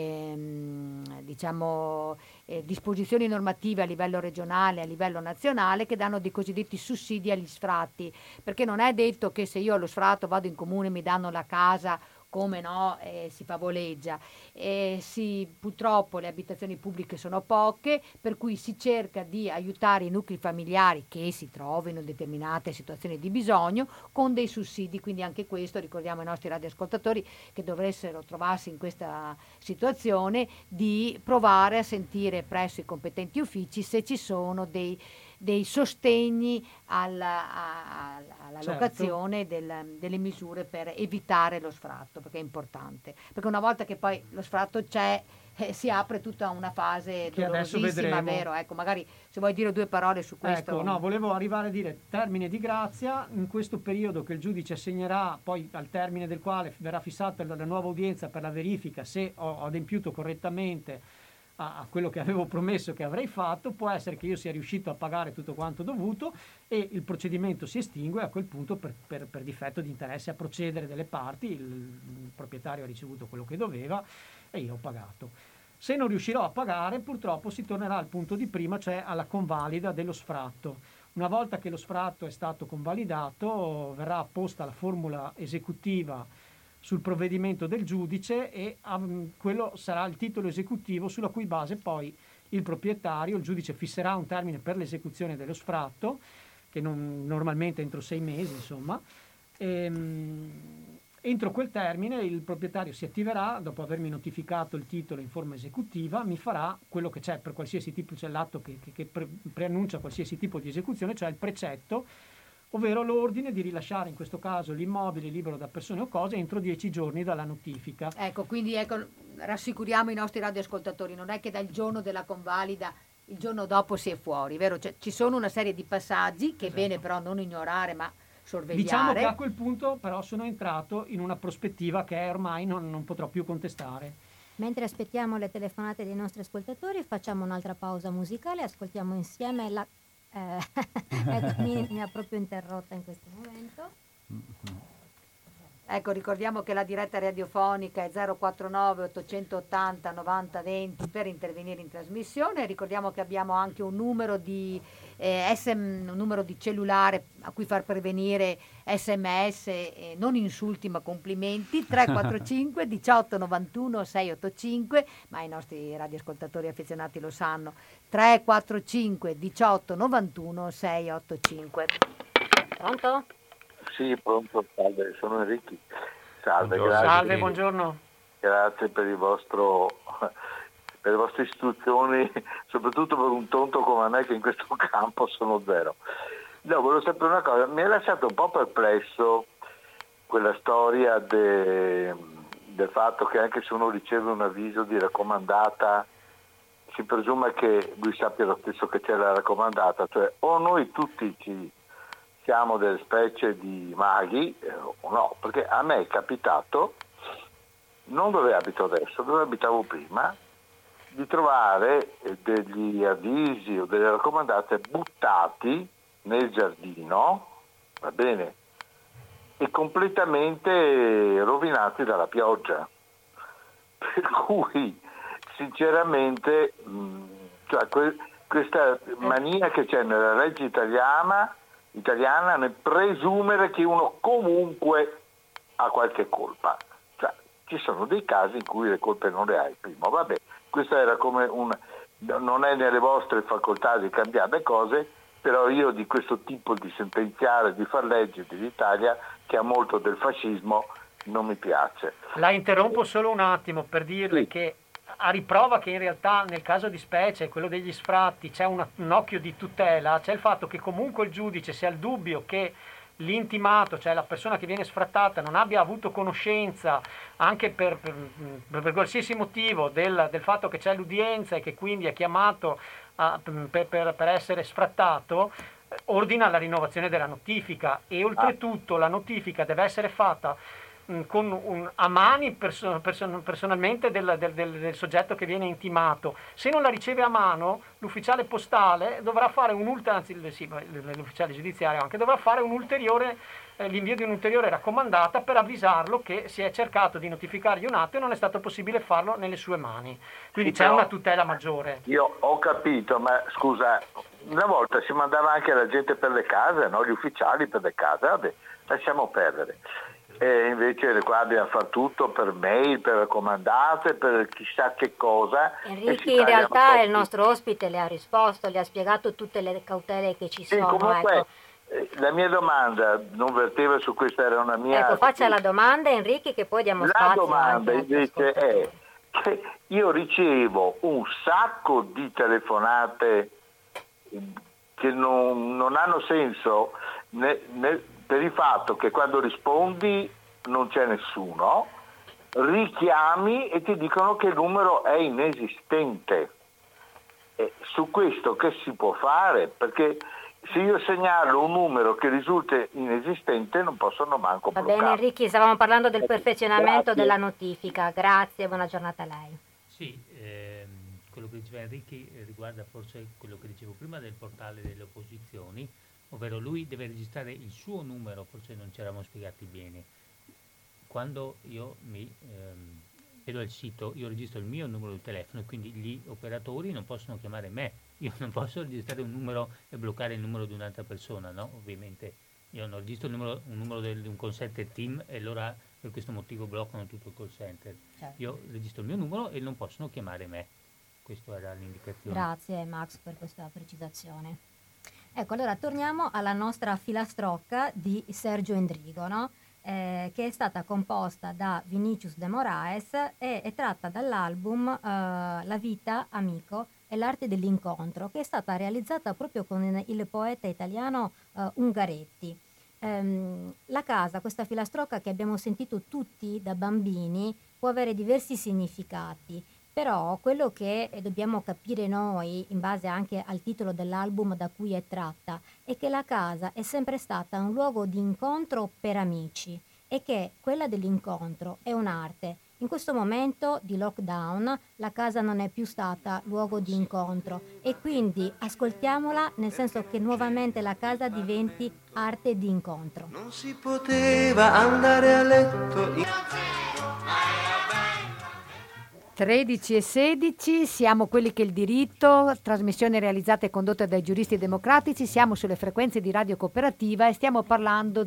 Speaker 2: ehm, diciamo eh, disposizioni normative a livello regionale, a livello nazionale, che danno dei cosiddetti sussidi agli sfratti, perché non è detto che se io allo sfratto vado in comune e mi danno la casa, come no, eh, si favoleggia. Eh, sì, purtroppo le abitazioni pubbliche sono poche, per cui si cerca di aiutare i nuclei familiari che si trovino in determinate situazioni di bisogno con dei sussidi, quindi anche questo ricordiamo ai nostri radioascoltatori che dovessero trovarsi in questa situazione di provare a sentire presso i competenti uffici se ci sono dei dei sostegni alla, a- alla
Speaker 7: Certo.
Speaker 2: locazione del- delle misure per evitare lo sfratto, perché è importante. Perché una volta che poi lo sfratto c'è, eh, si apre tutta una fase
Speaker 7: Che adesso
Speaker 2: dolorosissima,
Speaker 7: vedremo.
Speaker 2: vero? Ecco, magari se vuoi dire due parole su questo.
Speaker 7: Ecco, no, volevo arrivare a dire termine di grazia in questo periodo che il giudice assegnerà, poi al termine del quale verrà fissata la la nuova udienza per la verifica se ho ho adempiuto correttamente a, a quello che avevo promesso che avrei fatto. Può essere che io sia riuscito a pagare tutto quanto dovuto e il procedimento si estingue a quel punto per, per- per difetto di interesse a procedere delle parti, il, il proprietario ha ricevuto quello che doveva e io ho pagato. Se non riuscirò a pagare, purtroppo si tornerà al punto di prima, cioè alla convalida dello sfratto. Una volta che lo sfratto è stato convalidato, verrà apposta la formula esecutiva sul provvedimento del giudice e um, quello sarà il titolo esecutivo sulla cui base poi il proprietario, il giudice fisserà un termine per l'esecuzione dello sfratto, che non, normalmente entro sei mesi, insomma. Ehm, entro quel termine il proprietario si attiverà, dopo avermi notificato il titolo in forma esecutiva, mi farà quello che c'è per qualsiasi tipo, c'è l'atto che, che, che pre- preannuncia qualsiasi tipo di esecuzione, cioè il precetto, ovvero l'ordine di rilasciare in questo caso l'immobile libero da persone o cose entro dieci giorni dalla notifica.
Speaker 2: Ecco, quindi ecco, rassicuriamo i nostri radioascoltatori, non è che dal giorno della convalida il giorno dopo si è fuori, vero? Cioè, ci sono una serie di passaggi che è bene però non ignorare, ma sorvegliare.
Speaker 7: Diciamo che a quel punto però sono entrato in una prospettiva che ormai non, non potrò più contestare.
Speaker 1: Mentre aspettiamo le telefonate dei nostri ascoltatori, facciamo un'altra pausa musicale, ascoltiamo insieme la... Eh, ecco, mi, mi ha proprio interrotta in questo momento.
Speaker 2: Ecco, ricordiamo che la diretta radiofonica è zero quattro nove ottocentottanta novanta venti per intervenire in trasmissione. Ricordiamo che abbiamo anche un numero di eh, S M, un numero di cellulare a cui far pervenire sms, eh, non insulti ma complimenti, tre quattro cinque diciotto novantuno seicentottantacinque, ma i nostri radioascoltatori affezionati lo sanno, tre quattro cinque diciotto novantuno seicentottantacinque.
Speaker 1: Pronto?
Speaker 8: Sì, pronto, salve, sono Enrico. Salve,
Speaker 3: Buongiorno.
Speaker 8: grazie.
Speaker 7: Salve, buongiorno.
Speaker 8: Grazie per il vostro per le vostre istruzioni, soprattutto per un tonto come me che in questo campo sono zero. No, volevo sapere una cosa, mi ha lasciato un po' perplesso quella storia de, del fatto che anche se uno riceve un avviso di raccomandata si presume che lui sappia lo stesso che c'è la raccomandata, cioè o noi tutti ci siamo delle specie di maghi eh, o no, perché a me è capitato, non dove abito adesso, dove abitavo prima, di trovare degli avvisi o delle raccomandate buttati nel giardino, va bene, e completamente rovinati dalla pioggia. Per cui sinceramente mh, cioè, que- questa mania che c'è nella legge italiana italiana nel presumere che uno comunque ha qualche colpa, cioè ci sono dei casi in cui le colpe non le hai. Prima, vabbè, questa era come un, non è nelle vostre facoltà di cambiare le cose, però io di questo tipo di sentenziare, di far leggi dell'Italia, che ha molto del fascismo, non mi piace.
Speaker 7: La interrompo solo un attimo per dirle
Speaker 8: Sì.
Speaker 7: che a riprova che in realtà nel caso di specie, quello degli sfratti, c'è una- un occhio di tutela, c'è il fatto che comunque il giudice, se ha il dubbio che l'intimato, cioè la persona che viene sfrattata, non abbia avuto conoscenza anche per, per, per qualsiasi motivo del, del fatto che c'è l'udienza e che quindi è chiamato a- per, per- per essere sfrattato, eh, ordina la rinnovazione della notifica e oltretutto la notifica deve essere fatta mh, con un, a mani perso- perso- personalmente del, del- del- del soggetto che viene intimato. Se non la riceve a mano, l'ufficiale postale dovrà fare un ulteriore, anzi l- sì, l- l'ufficiale giudiziario anche, dovrà fare un ulteriore, eh, l'invio di un'ulteriore raccomandata per avvisarlo che si è cercato di notificargli un atto e non è stato possibile farlo nelle sue mani. Quindi
Speaker 8: Sì,
Speaker 7: c'è
Speaker 8: però
Speaker 7: una tutela maggiore.
Speaker 8: Io ho capito, ma scusa, una volta si mandava anche la gente per le case, no? Gli ufficiali per le case, vabbè, lasciamo perdere. E invece qua dobbiamo fare tutto per mail, per raccomandate, per chissà che cosa. e
Speaker 1: Enrico,
Speaker 8: si
Speaker 1: in
Speaker 8: tagliano
Speaker 1: realtà
Speaker 8: tutti.
Speaker 1: il nostro ospite le ha risposto, le ha spiegato tutte le cautele che ci
Speaker 8: Sì,
Speaker 1: sono.
Speaker 8: comunque
Speaker 1: Ecco.
Speaker 8: eh, la mia domanda non verteva su questa, era una mia...
Speaker 1: Ecco, faccia la domanda Enrico che poi diamo
Speaker 8: La
Speaker 1: spazio
Speaker 8: domanda
Speaker 1: anche agli
Speaker 8: invece è
Speaker 1: ascoltatori.
Speaker 8: che io ricevo un sacco di telefonate che non, non hanno senso ne- ne- per il fatto che quando rispondi non c'è nessuno, richiami e ti dicono che il numero è inesistente. E su questo che si può fare? Perché se io segnalo un numero che risulta inesistente non possono manco
Speaker 1: Va
Speaker 8: bloccare.
Speaker 1: bene Enrico, stavamo parlando del perfezionamento
Speaker 8: Grazie.
Speaker 1: della notifica. Grazie, buona giornata a lei.
Speaker 6: Sì, ehm, quello che diceva Enrico eh, riguarda forse quello che dicevo prima del portale delle opposizioni, ovvero lui deve registrare il suo numero, forse non ci eravamo spiegati bene. Quando io mi ehm, vedo il sito, io registro il mio numero di telefono e quindi gli operatori non possono chiamare me, io non posso registrare un numero e bloccare il numero di un'altra persona, no? Ovviamente io non registro il numero, un numero del- di un call center team e allora per questo motivo bloccano tutto il call center.
Speaker 1: Certo.
Speaker 6: Io registro il mio numero e non possono chiamare me. Questa era l'indicazione.
Speaker 1: Grazie Max per questa precisazione. Ecco, allora torniamo alla nostra filastrocca di Sergio Endrigo, no? Eh, che è stata composta da Vinicius de Moraes e è tratta dall'album eh, La vita, amico e l'arte dell'incontro, che è stata realizzata proprio con il poeta italiano eh, Ungaretti. Ehm, la casa, questa filastrocca che abbiamo sentito tutti da bambini, può avere diversi significati. Però quello che eh, dobbiamo capire noi, in base anche al titolo dell'album da cui è tratta, è che la casa è sempre stata un luogo di incontro per amici e che quella dell'incontro è un'arte In questo momento di lockdown la casa non è più stata luogo di incontro e quindi ascoltiamola nel senso che nuovamente la casa diventi arte di incontro.
Speaker 9: Non si poteva andare a letto in...
Speaker 2: tredici e sedici, siamo quelli che il diritto, trasmissione realizzata e condotta dai giuristi democratici, siamo sulle frequenze di Radio Cooperativa e stiamo parlando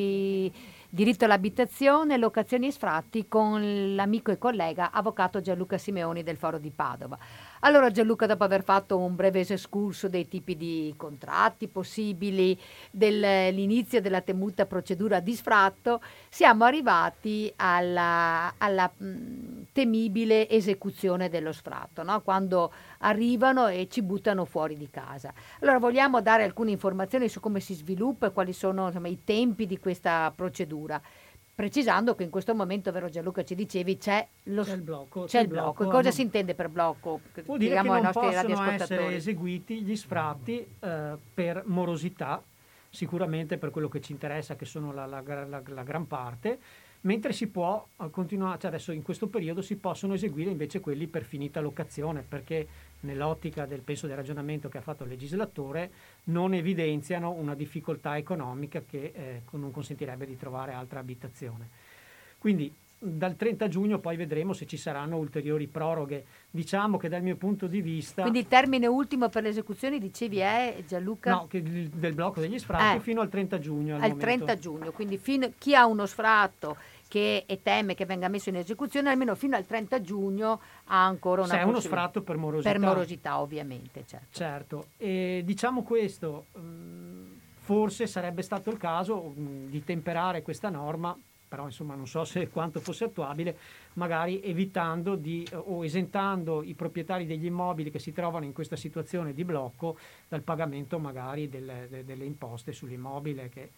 Speaker 2: di diritto all'abitazione, locazioni e sfratti con l'amico e collega avvocato Gianluca Simeoni del Foro di Padova. Allora Gianluca, dopo aver fatto un breve escurso dei tipi di contratti possibili, dell'inizio della temuta procedura di sfratto, siamo arrivati alla, alla mh, temibile esecuzione dello sfratto, no? Quando arrivano e ci buttano fuori di casa. Allora vogliamo dare alcune informazioni su come si sviluppa e quali sono, insomma, i tempi di questa procedura. Precisando che in questo momento, vero Gianluca, ci dicevi, c'è, lo,
Speaker 7: c'è il blocco.
Speaker 2: C'è il blocco.
Speaker 7: blocco.
Speaker 2: Cosa
Speaker 7: No.
Speaker 2: si intende per blocco?
Speaker 7: Vuol dire
Speaker 2: Spieghiamo
Speaker 7: che
Speaker 2: ai
Speaker 7: non
Speaker 2: nostri
Speaker 7: possono
Speaker 2: radioascoltatori.
Speaker 7: essere eseguiti gli sfratti eh, per morosità, sicuramente per quello che ci interessa, che sono la, la, la, la gran parte, mentre si può eh, continuare, cioè adesso in questo periodo si possono eseguire invece quelli per finita locazione, perché nell'ottica del penso del ragionamento che ha fatto il legislatore non evidenziano una difficoltà economica che eh, non consentirebbe di trovare altra abitazione. Quindi dal trenta giugno poi vedremo se ci saranno ulteriori proroghe. Diciamo che dal mio punto di vista...
Speaker 2: Quindi il termine ultimo per le esecuzioni, dicevi, è, Gianluca?
Speaker 7: No, che del blocco degli sfratti
Speaker 2: Eh.
Speaker 7: fino al trenta giugno. Al,
Speaker 2: Al
Speaker 7: momento.
Speaker 2: trenta giugno, quindi fino, chi ha uno sfratto che e teme che venga messo in esecuzione, almeno fino al trenta giugno ha ancora una
Speaker 7: Se è uno
Speaker 2: possibilità.
Speaker 7: sfratto per morosità.
Speaker 2: Per morosità, ovviamente, certo.
Speaker 7: Certo, e diciamo questo, mh, forse sarebbe stato il caso mh, di temperare questa norma, però insomma non so se quanto fosse attuabile, magari evitando di o esentando i proprietari degli immobili che si trovano in questa situazione di blocco dal pagamento magari delle, de, delle imposte sull'immobile che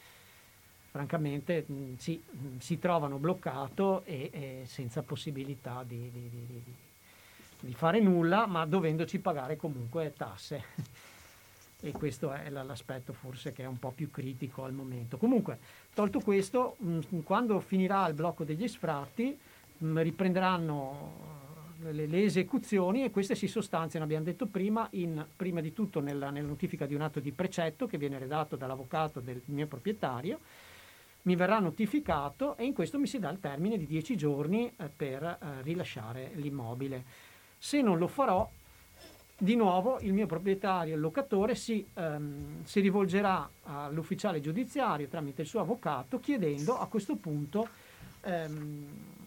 Speaker 7: francamente mh, sì, mh, si trovano bloccato e, e senza possibilità di, di, di, di, di fare nulla, ma dovendoci pagare comunque tasse. E questo è l'aspetto forse che è un po' più critico al momento. Comunque, tolto questo, mh, quando finirà il blocco degli sfratti, mh, riprenderanno le, le esecuzioni e queste si sostanziano, abbiamo detto prima, in, prima di tutto nella, nella notifica di un atto di precetto che viene redatto dall'avvocato del mio proprietario, mi verrà notificato e in questo mi si dà il termine di dieci giorni eh, per eh, rilasciare l'immobile. Se non lo farò, di nuovo il mio proprietario, il locatore, si, ehm, si rivolgerà all'ufficiale giudiziario tramite il suo avvocato chiedendo a questo punto ehm,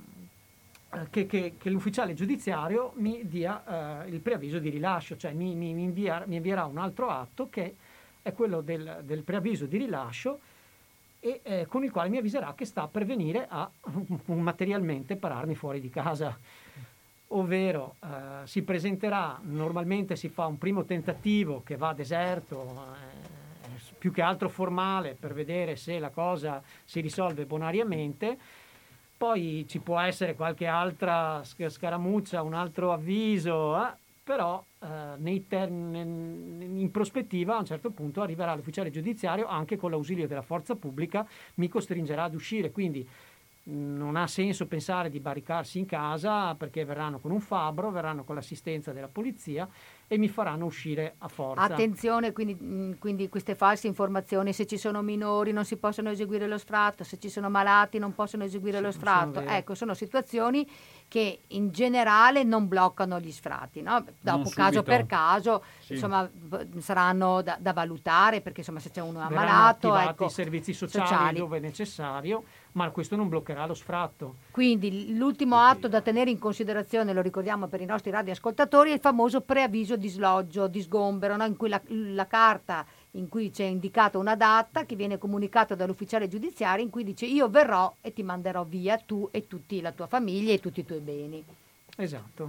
Speaker 7: che, che, che l'ufficiale giudiziario mi dia eh, il preavviso di rilascio, cioè mi, mi, mi, invia, mi invierà un altro atto che è quello del, del preavviso di rilascio e eh, con il quale mi avviserà che sta per venire a materialmente pararmi fuori di casa. Ovvero eh, si presenterà, normalmente si fa un primo tentativo che va deserto, eh, più che altro formale, per vedere se la cosa si risolve bonariamente, poi ci può essere qualche altra scaramuccia, un altro avviso, eh, però eh, nei ter- in prospettiva a un certo punto arriverà l'ufficiale giudiziario, anche con l'ausilio della forza pubblica mi costringerà ad uscire, quindi non ha senso pensare di barricarsi in casa perché verranno con un fabbro, verranno con l'assistenza della polizia e mi faranno uscire a forza.
Speaker 2: Attenzione, quindi, quindi queste false informazioni, se ci sono minori non si possono eseguire lo sfratto, se ci sono malati non possono eseguire sì, lo sfratto, sono ecco, sono situazioni che in generale non bloccano gli sfratti, no? Dopo caso per caso, sì. insomma, saranno da, da valutare perché insomma se c'è uno ammalato, ecco,
Speaker 7: i servizi sociali, sociali dove è necessario, ma questo non bloccherà lo sfratto.
Speaker 2: Quindi l'ultimo atto da tenere in considerazione, lo ricordiamo per i nostri radioascoltatori, è il famoso preavviso di sloggio, di sgombero, no? In cui la, la carta in cui c'è indicata una data che viene comunicata dall'ufficiale giudiziario in cui dice io verrò e ti manderò via tu e tutti la tua famiglia e tutti i tuoi beni.
Speaker 7: Esatto.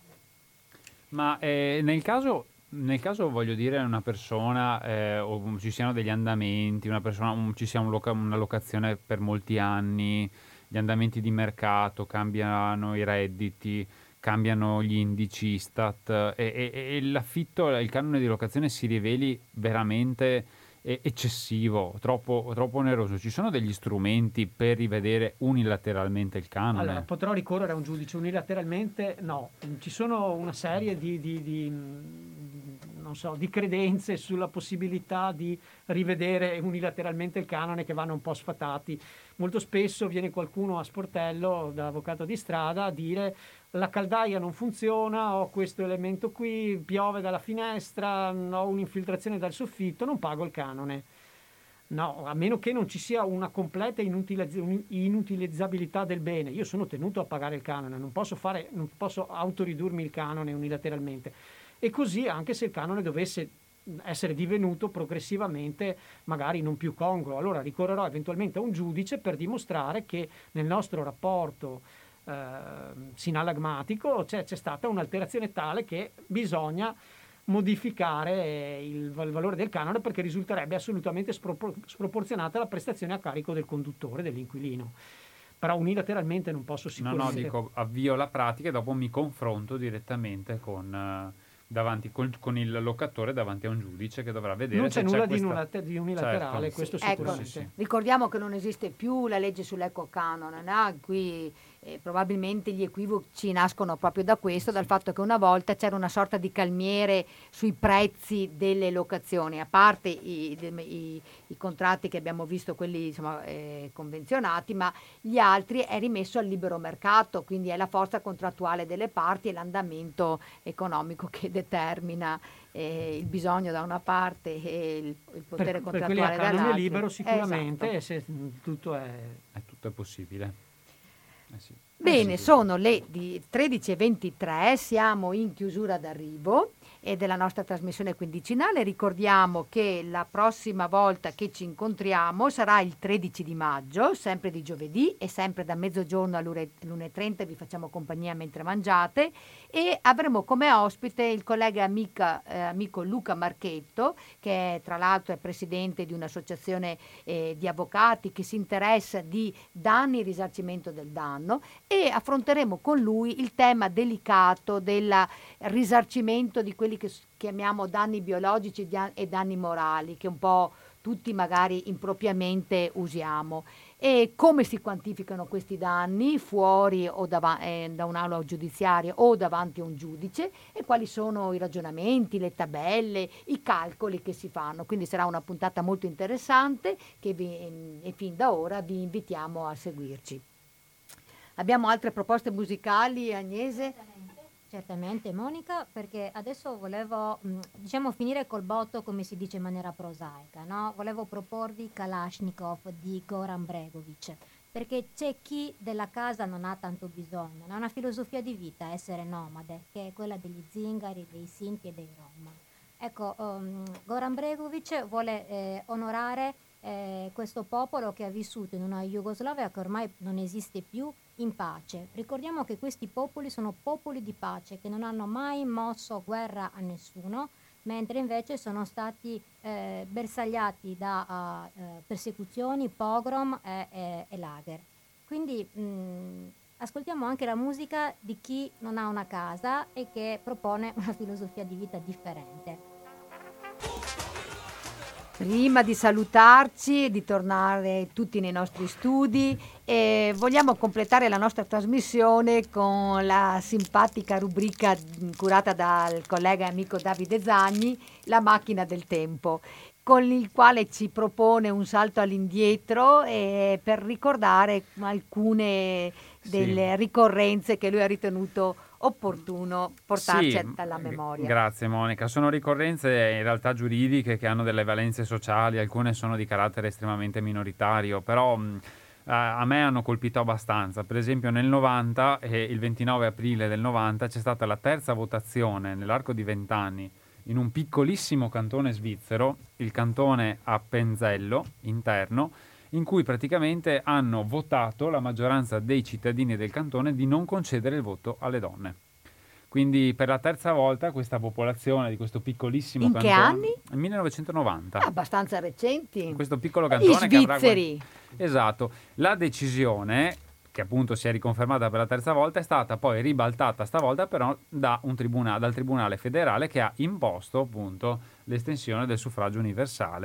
Speaker 3: Ma eh, nel caso nel caso voglio dire una persona eh, o ci siano degli andamenti, una persona un, ci sia un loca- una locazione per molti anni, gli andamenti di mercato, cambiano i redditi, cambiano gli indici Istat e, e, e l'affitto, il canone di locazione si riveli veramente è eccessivo, troppo, troppo oneroso. Ci sono degli strumenti per rivedere unilateralmente il canone?
Speaker 7: Allora, potrò ricorrere a un giudice unilateralmente? No, ci sono una serie di, di, di, non so, di credenze sulla possibilità di rivedere unilateralmente il canone che vanno un po' sfatati. Molto spesso viene qualcuno a sportello, da avvocato di strada, a dire: la caldaia non funziona, ho questo elemento qui, piove dalla finestra, ho un'infiltrazione dal soffitto, non pago il canone. No, a meno che non ci sia una completa inutilizz- inutilizzabilità del bene. Io sono tenuto a pagare il canone, non posso fare, non posso autoridurmi il canone unilateralmente. E così anche se il canone dovesse essere divenuto progressivamente magari non più congruo, allora ricorrerò eventualmente a un giudice per dimostrare che nel nostro rapporto eh, sinallagmatico c'è, c'è stata un'alterazione tale che bisogna modificare il, il valore del canone, perché risulterebbe assolutamente spropor- sproporzionata la prestazione a carico del conduttore, dell'inquilino. Però unilateralmente non posso sicuramente.
Speaker 3: No, no, dico, avvio la pratica e dopo mi confronto direttamente con... Uh... davanti con, con il locatore davanti a un giudice che dovrà vedere
Speaker 7: non c'è
Speaker 3: se
Speaker 7: nulla
Speaker 3: c'è questa...
Speaker 7: di unilaterale,
Speaker 3: certo.
Speaker 7: questo
Speaker 2: Sì,
Speaker 7: sicuramente.
Speaker 2: ecco, sì, sì. Ricordiamo che non esiste più la legge sull'ecocanone, no? Qui eh, probabilmente gli equivoci nascono proprio da questo, dal fatto che una volta c'era una sorta di calmiere sui prezzi delle locazioni, a parte i, i, i contratti che abbiamo visto, quelli insomma, eh, convenzionati, ma gli altri è rimesso al libero mercato, quindi è la forza contrattuale delle parti e l'andamento economico che determina eh, il bisogno da una parte e il, il potere
Speaker 7: per,
Speaker 2: contrattuale
Speaker 7: per quelli a canone
Speaker 2: dall'altra.
Speaker 7: libero sicuramente,
Speaker 2: Esatto.
Speaker 7: e se tutto è...
Speaker 3: è tutto è possibile. Eh sì.
Speaker 2: Bene,
Speaker 3: eh sì.
Speaker 2: Sono le di tredici e ventitré, siamo in chiusura d'arrivo e della nostra trasmissione quindicinale. Ricordiamo che la prossima volta che ci incontriamo sarà il tredici di maggio, sempre di giovedì, e sempre da mezzogiorno all'una e trenta vi facciamo compagnia mentre mangiate, e avremo come ospite il collega amica, eh, amico Luca Marchetto, che è, tra l'altro è presidente di un'associazione eh, di avvocati che si interessa di danni e risarcimento del danno, e affronteremo con lui il tema delicato del risarcimento di quelli che chiamiamo danni biologici e danni morali, che un po' tutti magari impropriamente usiamo, e come si quantificano questi danni fuori o dav- eh, da un'aula giudiziaria o davanti a un giudice, e quali sono i ragionamenti, le tabelle, i calcoli che si fanno. Quindi sarà una puntata molto interessante che vi, e fin da ora vi invitiamo a seguirci. Abbiamo altre proposte musicali, Agnese?
Speaker 1: Certamente Monica, perché adesso volevo mh, diciamo finire col botto, come si dice in maniera prosaica, no? Volevo proporvi Kalashnikov di Goran Bregovic, perché c'è chi della casa non ha tanto bisogno, è una filosofia di vita essere nomade, che è quella degli zingari, dei Sinti e dei Rom. Ecco, um, Goran Bregovic vuole eh, onorare eh, questo popolo che ha vissuto in una Jugoslavia che ormai non esiste più, in pace. Ricordiamo che questi popoli sono popoli di pace, che non hanno mai mosso guerra a nessuno, mentre invece sono stati eh, bersagliati da uh, uh, persecuzioni, pogrom e, e, e lager. Quindi mh, ascoltiamo anche la musica di chi non ha una casa e che propone una filosofia di vita differente.
Speaker 2: Prima di salutarci e di tornare tutti nei nostri studi, eh, vogliamo completare la nostra trasmissione con la simpatica rubrica curata dal collega e amico Davide Zagni, La macchina del tempo, con il quale ci propone un salto all'indietro eh, per ricordare alcune delle
Speaker 3: Sì.
Speaker 2: ricorrenze che lui ha ritenuto opportuno portarci
Speaker 3: Sì,
Speaker 2: alla memoria.
Speaker 3: Grazie Monica, sono ricorrenze in realtà giuridiche che hanno delle valenze sociali, alcune sono di carattere estremamente minoritario, però mh, a me hanno colpito abbastanza. Per esempio nel novanta, eh, il ventinove aprile del novanta, c'è stata la terza votazione nell'arco di vent'anni in un piccolissimo cantone svizzero, il cantone Appenzello interno, in cui praticamente hanno votato la maggioranza dei cittadini del cantone di non concedere il voto alle donne. Quindi per la terza volta questa popolazione di questo piccolissimo
Speaker 2: In
Speaker 3: cantone...
Speaker 2: che anni?
Speaker 3: Nel millenovecentonovanta.
Speaker 2: Abbastanza recenti.
Speaker 3: Questo piccolo
Speaker 2: Gli
Speaker 3: cantone che avrà...
Speaker 2: svizzeri.
Speaker 3: Esatto. La decisione, che appunto si è riconfermata per la terza volta, è stata poi ribaltata stavolta però da un tribunale, dal Tribunale federale, che ha imposto appunto l'estensione del suffragio universale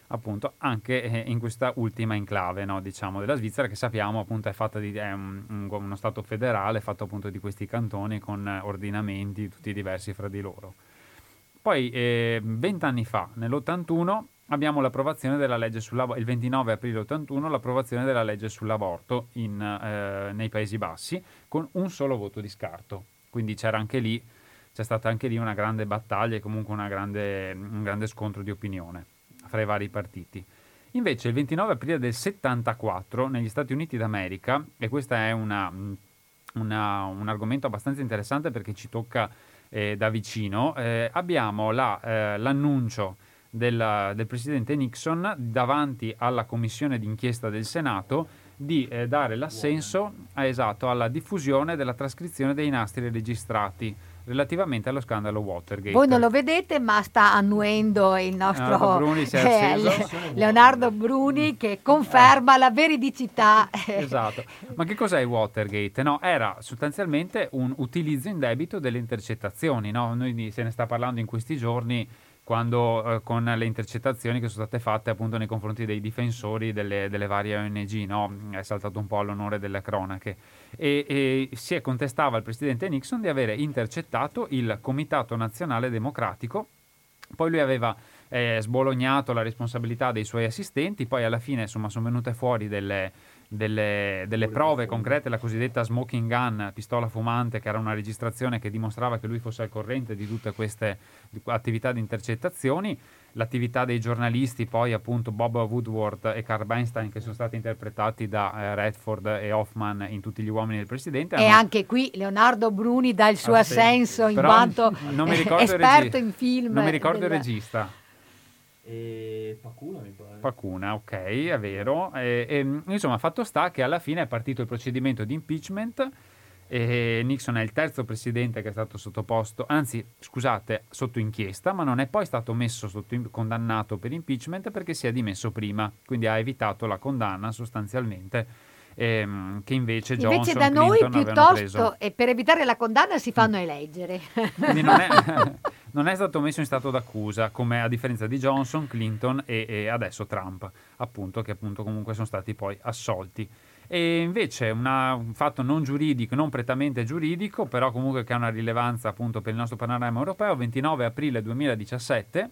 Speaker 3: appunto anche eh, in questa ultima enclave, no, diciamo, della Svizzera, che sappiamo appunto è fatta di è un, un, uno stato federale fatto appunto di questi cantoni con eh, ordinamenti tutti diversi fra di loro. Poi eh, vent'anni fa, nell'ottantuno, abbiamo l'approvazione della legge sull'aborto, il ventinove aprile ottantuno, l'approvazione della legge sull'aborto in, eh, nei Paesi Bassi con un solo voto di scarto. Quindi c'era anche lì, c'è stata anche lì una grande battaglia e comunque una grande, un grande scontro di opinione fra i vari partiti. Invece il ventinove aprile del settantaquattro negli Stati Uniti d'America, e questo è una, una, un argomento abbastanza interessante perché ci tocca eh, da vicino, eh, abbiamo la, eh, l'annuncio del, del presidente Nixon davanti alla commissione d'inchiesta del Senato di eh, dare l'assenso eh, esatto, alla diffusione della trascrizione dei nastri registrati relativamente allo scandalo Watergate.
Speaker 2: Voi non lo vedete, ma sta annuendo il nostro
Speaker 3: Leonardo Bruni, si è acceso.
Speaker 2: eh, Leonardo Bruni, che conferma la veridicità.
Speaker 3: Esatto. Ma che cos'è il Watergate? No, era sostanzialmente un utilizzo indebito delle intercettazioni, no? Noi se ne sta parlando in questi giorni, quando eh, con le intercettazioni che sono state fatte appunto nei confronti dei difensori delle, delle varie O N G, no? È saltato un po' all'onore delle cronache. E, e si contestava al presidente Nixon di avere intercettato il Comitato Nazionale Democratico. Poi lui aveva eh, sbolognato la responsabilità dei suoi assistenti, poi alla fine insomma sono venute fuori delle, delle, delle prove concrete, la cosiddetta smoking gun, pistola fumante, che era una registrazione che dimostrava che lui fosse al corrente di tutte queste attività di intercettazioni. L'attività dei giornalisti, poi appunto Bob Woodward e Carl Bernstein, che sono stati interpretati da eh, Redford e Hoffman in Tutti gli uomini del presidente.
Speaker 2: E
Speaker 3: hanno...
Speaker 2: anche qui Leonardo Bruni dà il suo
Speaker 3: Ah,
Speaker 2: assenso
Speaker 3: sì.
Speaker 2: in
Speaker 3: Però
Speaker 2: quanto
Speaker 3: non mi ricordo il
Speaker 2: esperto
Speaker 3: regi-
Speaker 2: in film.
Speaker 3: Non mi ricordo
Speaker 2: del...
Speaker 3: il regista.
Speaker 4: E Pacuna mi pare.
Speaker 3: Pacuna, ok, è vero. E, e, insomma, fatto sta che alla fine è partito il procedimento di impeachment. E Nixon è il terzo presidente che è stato sottoposto, anzi scusate, sotto inchiesta, ma non è poi stato messo sotto in, condannato per impeachment perché si è dimesso prima, quindi ha evitato la condanna sostanzialmente, ehm, che invece Johnson
Speaker 2: invece da noi
Speaker 3: Clinton avevano preso.
Speaker 2: piuttosto, e per evitare la condanna si fanno eleggere.
Speaker 3: Quindi non è, non è stato messo in stato d'accusa, come a differenza di Johnson, Clinton e, e adesso Trump, appunto, che appunto comunque sono stati poi assolti. E invece una, un fatto non giuridico, non prettamente giuridico, però comunque che ha una rilevanza appunto per il nostro panorama europeo, ventinove aprile duemiladiciassette,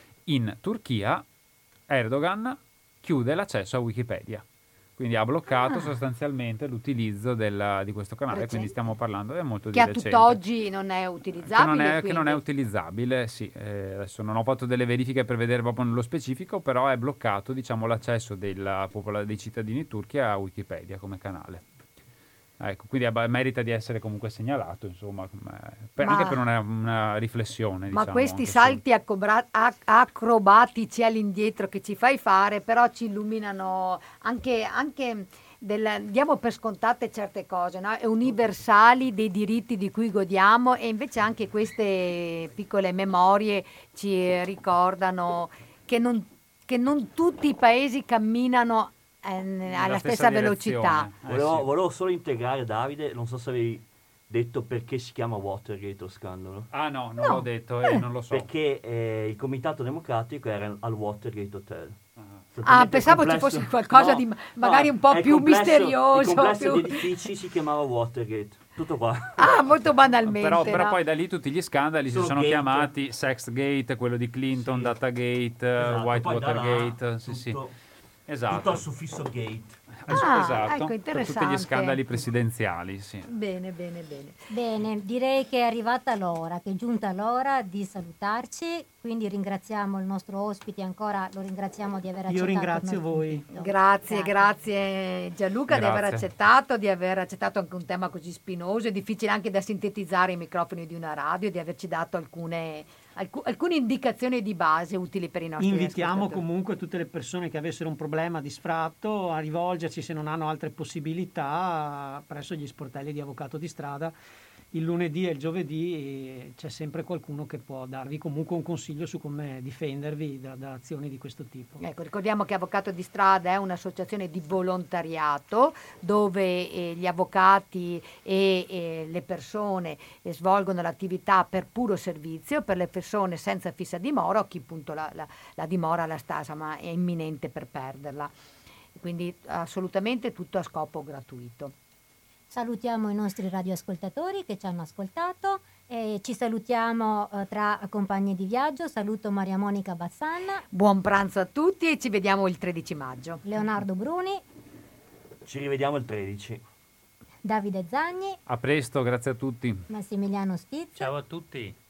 Speaker 3: in Turchia Erdogan chiude l'accesso a Wikipedia. Quindi ha bloccato ah. sostanzialmente l'utilizzo del, di questo canale, recente. Quindi stiamo parlando è molto
Speaker 2: che
Speaker 3: di
Speaker 2: a
Speaker 3: recente.
Speaker 2: tutt'oggi non è utilizzabile.
Speaker 3: Che non è,
Speaker 2: quindi.
Speaker 3: che non è utilizzabile, sì. Eh, adesso non ho fatto delle verifiche per vedere proprio nello specifico, però è bloccato, diciamo, l'accesso della popola- dei cittadini turchi a Wikipedia come canale. Ecco, quindi merita di essere comunque segnalato, insomma, per,
Speaker 2: ma,
Speaker 3: anche per una, una riflessione.
Speaker 2: Ma
Speaker 3: diciamo,
Speaker 2: questi salti accobra- ac- acrobatici all'indietro che ci fai fare, però ci illuminano anche, anche del, diamo per scontate certe cose, no? Universali dei diritti di cui godiamo, e invece anche queste piccole memorie ci ricordano che non, che non tutti i paesi camminano alla stessa, stessa velocità.
Speaker 4: Eh, volevo, sì. volevo solo integrare, Davide, non so se avevi detto perché si chiama Watergate lo scandalo.
Speaker 3: Ah no, non
Speaker 2: no.
Speaker 3: l'ho detto e eh, non lo so.
Speaker 4: Perché eh, il Comitato Democratico era al Watergate Hotel.
Speaker 2: Ah, pensavo complesso... ci fosse qualcosa no, di magari no, un po' più
Speaker 4: complesso,
Speaker 2: misterioso.
Speaker 4: Il complesso
Speaker 2: più...
Speaker 4: di edifici si chiamava Watergate. Tutto qua.
Speaker 2: Ah, molto banalmente.
Speaker 3: Però, però
Speaker 2: no?
Speaker 3: poi da lì tutti gli scandali sono si sono
Speaker 4: gate.
Speaker 3: chiamati Sexgate, quello di Clinton, sì. Datagate,
Speaker 4: esatto,
Speaker 3: White Watergate.
Speaker 4: Là,
Speaker 3: sì,
Speaker 4: tutto,
Speaker 3: sì. Esatto.
Speaker 4: Tutto al suffisso gate.
Speaker 2: Ah,
Speaker 3: esatto,
Speaker 2: ecco, interessante.
Speaker 3: Per tutti gli scandali presidenziali, sì.
Speaker 2: Bene, bene, bene.
Speaker 1: Bene, direi che è arrivata l'ora, che è giunta l'ora di salutarci, quindi ringraziamo il nostro ospite ancora, lo ringraziamo di aver accettato.
Speaker 7: Io ringrazio voi.
Speaker 2: Grazie, grazie, grazie Gianluca
Speaker 3: grazie.
Speaker 2: di aver accettato, di aver accettato anche un tema così spinoso, è difficile anche da sintetizzare i microfoni di una radio, di averci dato alcune... Alc- alcune indicazioni di base utili per i nostri
Speaker 7: Invitiamo comunque tutte le persone che avessero un problema di sfratto a rivolgerci, se non hanno altre possibilità, presso gli sportelli di Avvocato di Strada, il lunedì e il giovedì eh, c'è sempre qualcuno che può darvi comunque un consiglio su come difendervi da, da azioni di questo tipo.
Speaker 2: Ecco, ricordiamo che Avvocato di Strada è un'associazione di volontariato dove eh, gli avvocati e, e le persone eh, svolgono l'attività per puro servizio, per le persone senza fissa dimora o chi appunto la, la, la dimora la sta, insomma, è imminente per perderla. Quindi assolutamente tutto a scopo gratuito.
Speaker 1: Salutiamo i nostri radioascoltatori che ci hanno ascoltato e ci salutiamo eh, tra compagni di viaggio. Saluto Maria Monica Bassanna.
Speaker 2: Buon pranzo a tutti e ci vediamo il tredici maggio.
Speaker 1: Leonardo Bruni.
Speaker 4: Ci rivediamo il tredici.
Speaker 1: Davide Zagni.
Speaker 3: A presto, grazie a tutti.
Speaker 1: Massimiliano Stizzi.
Speaker 6: Ciao a tutti.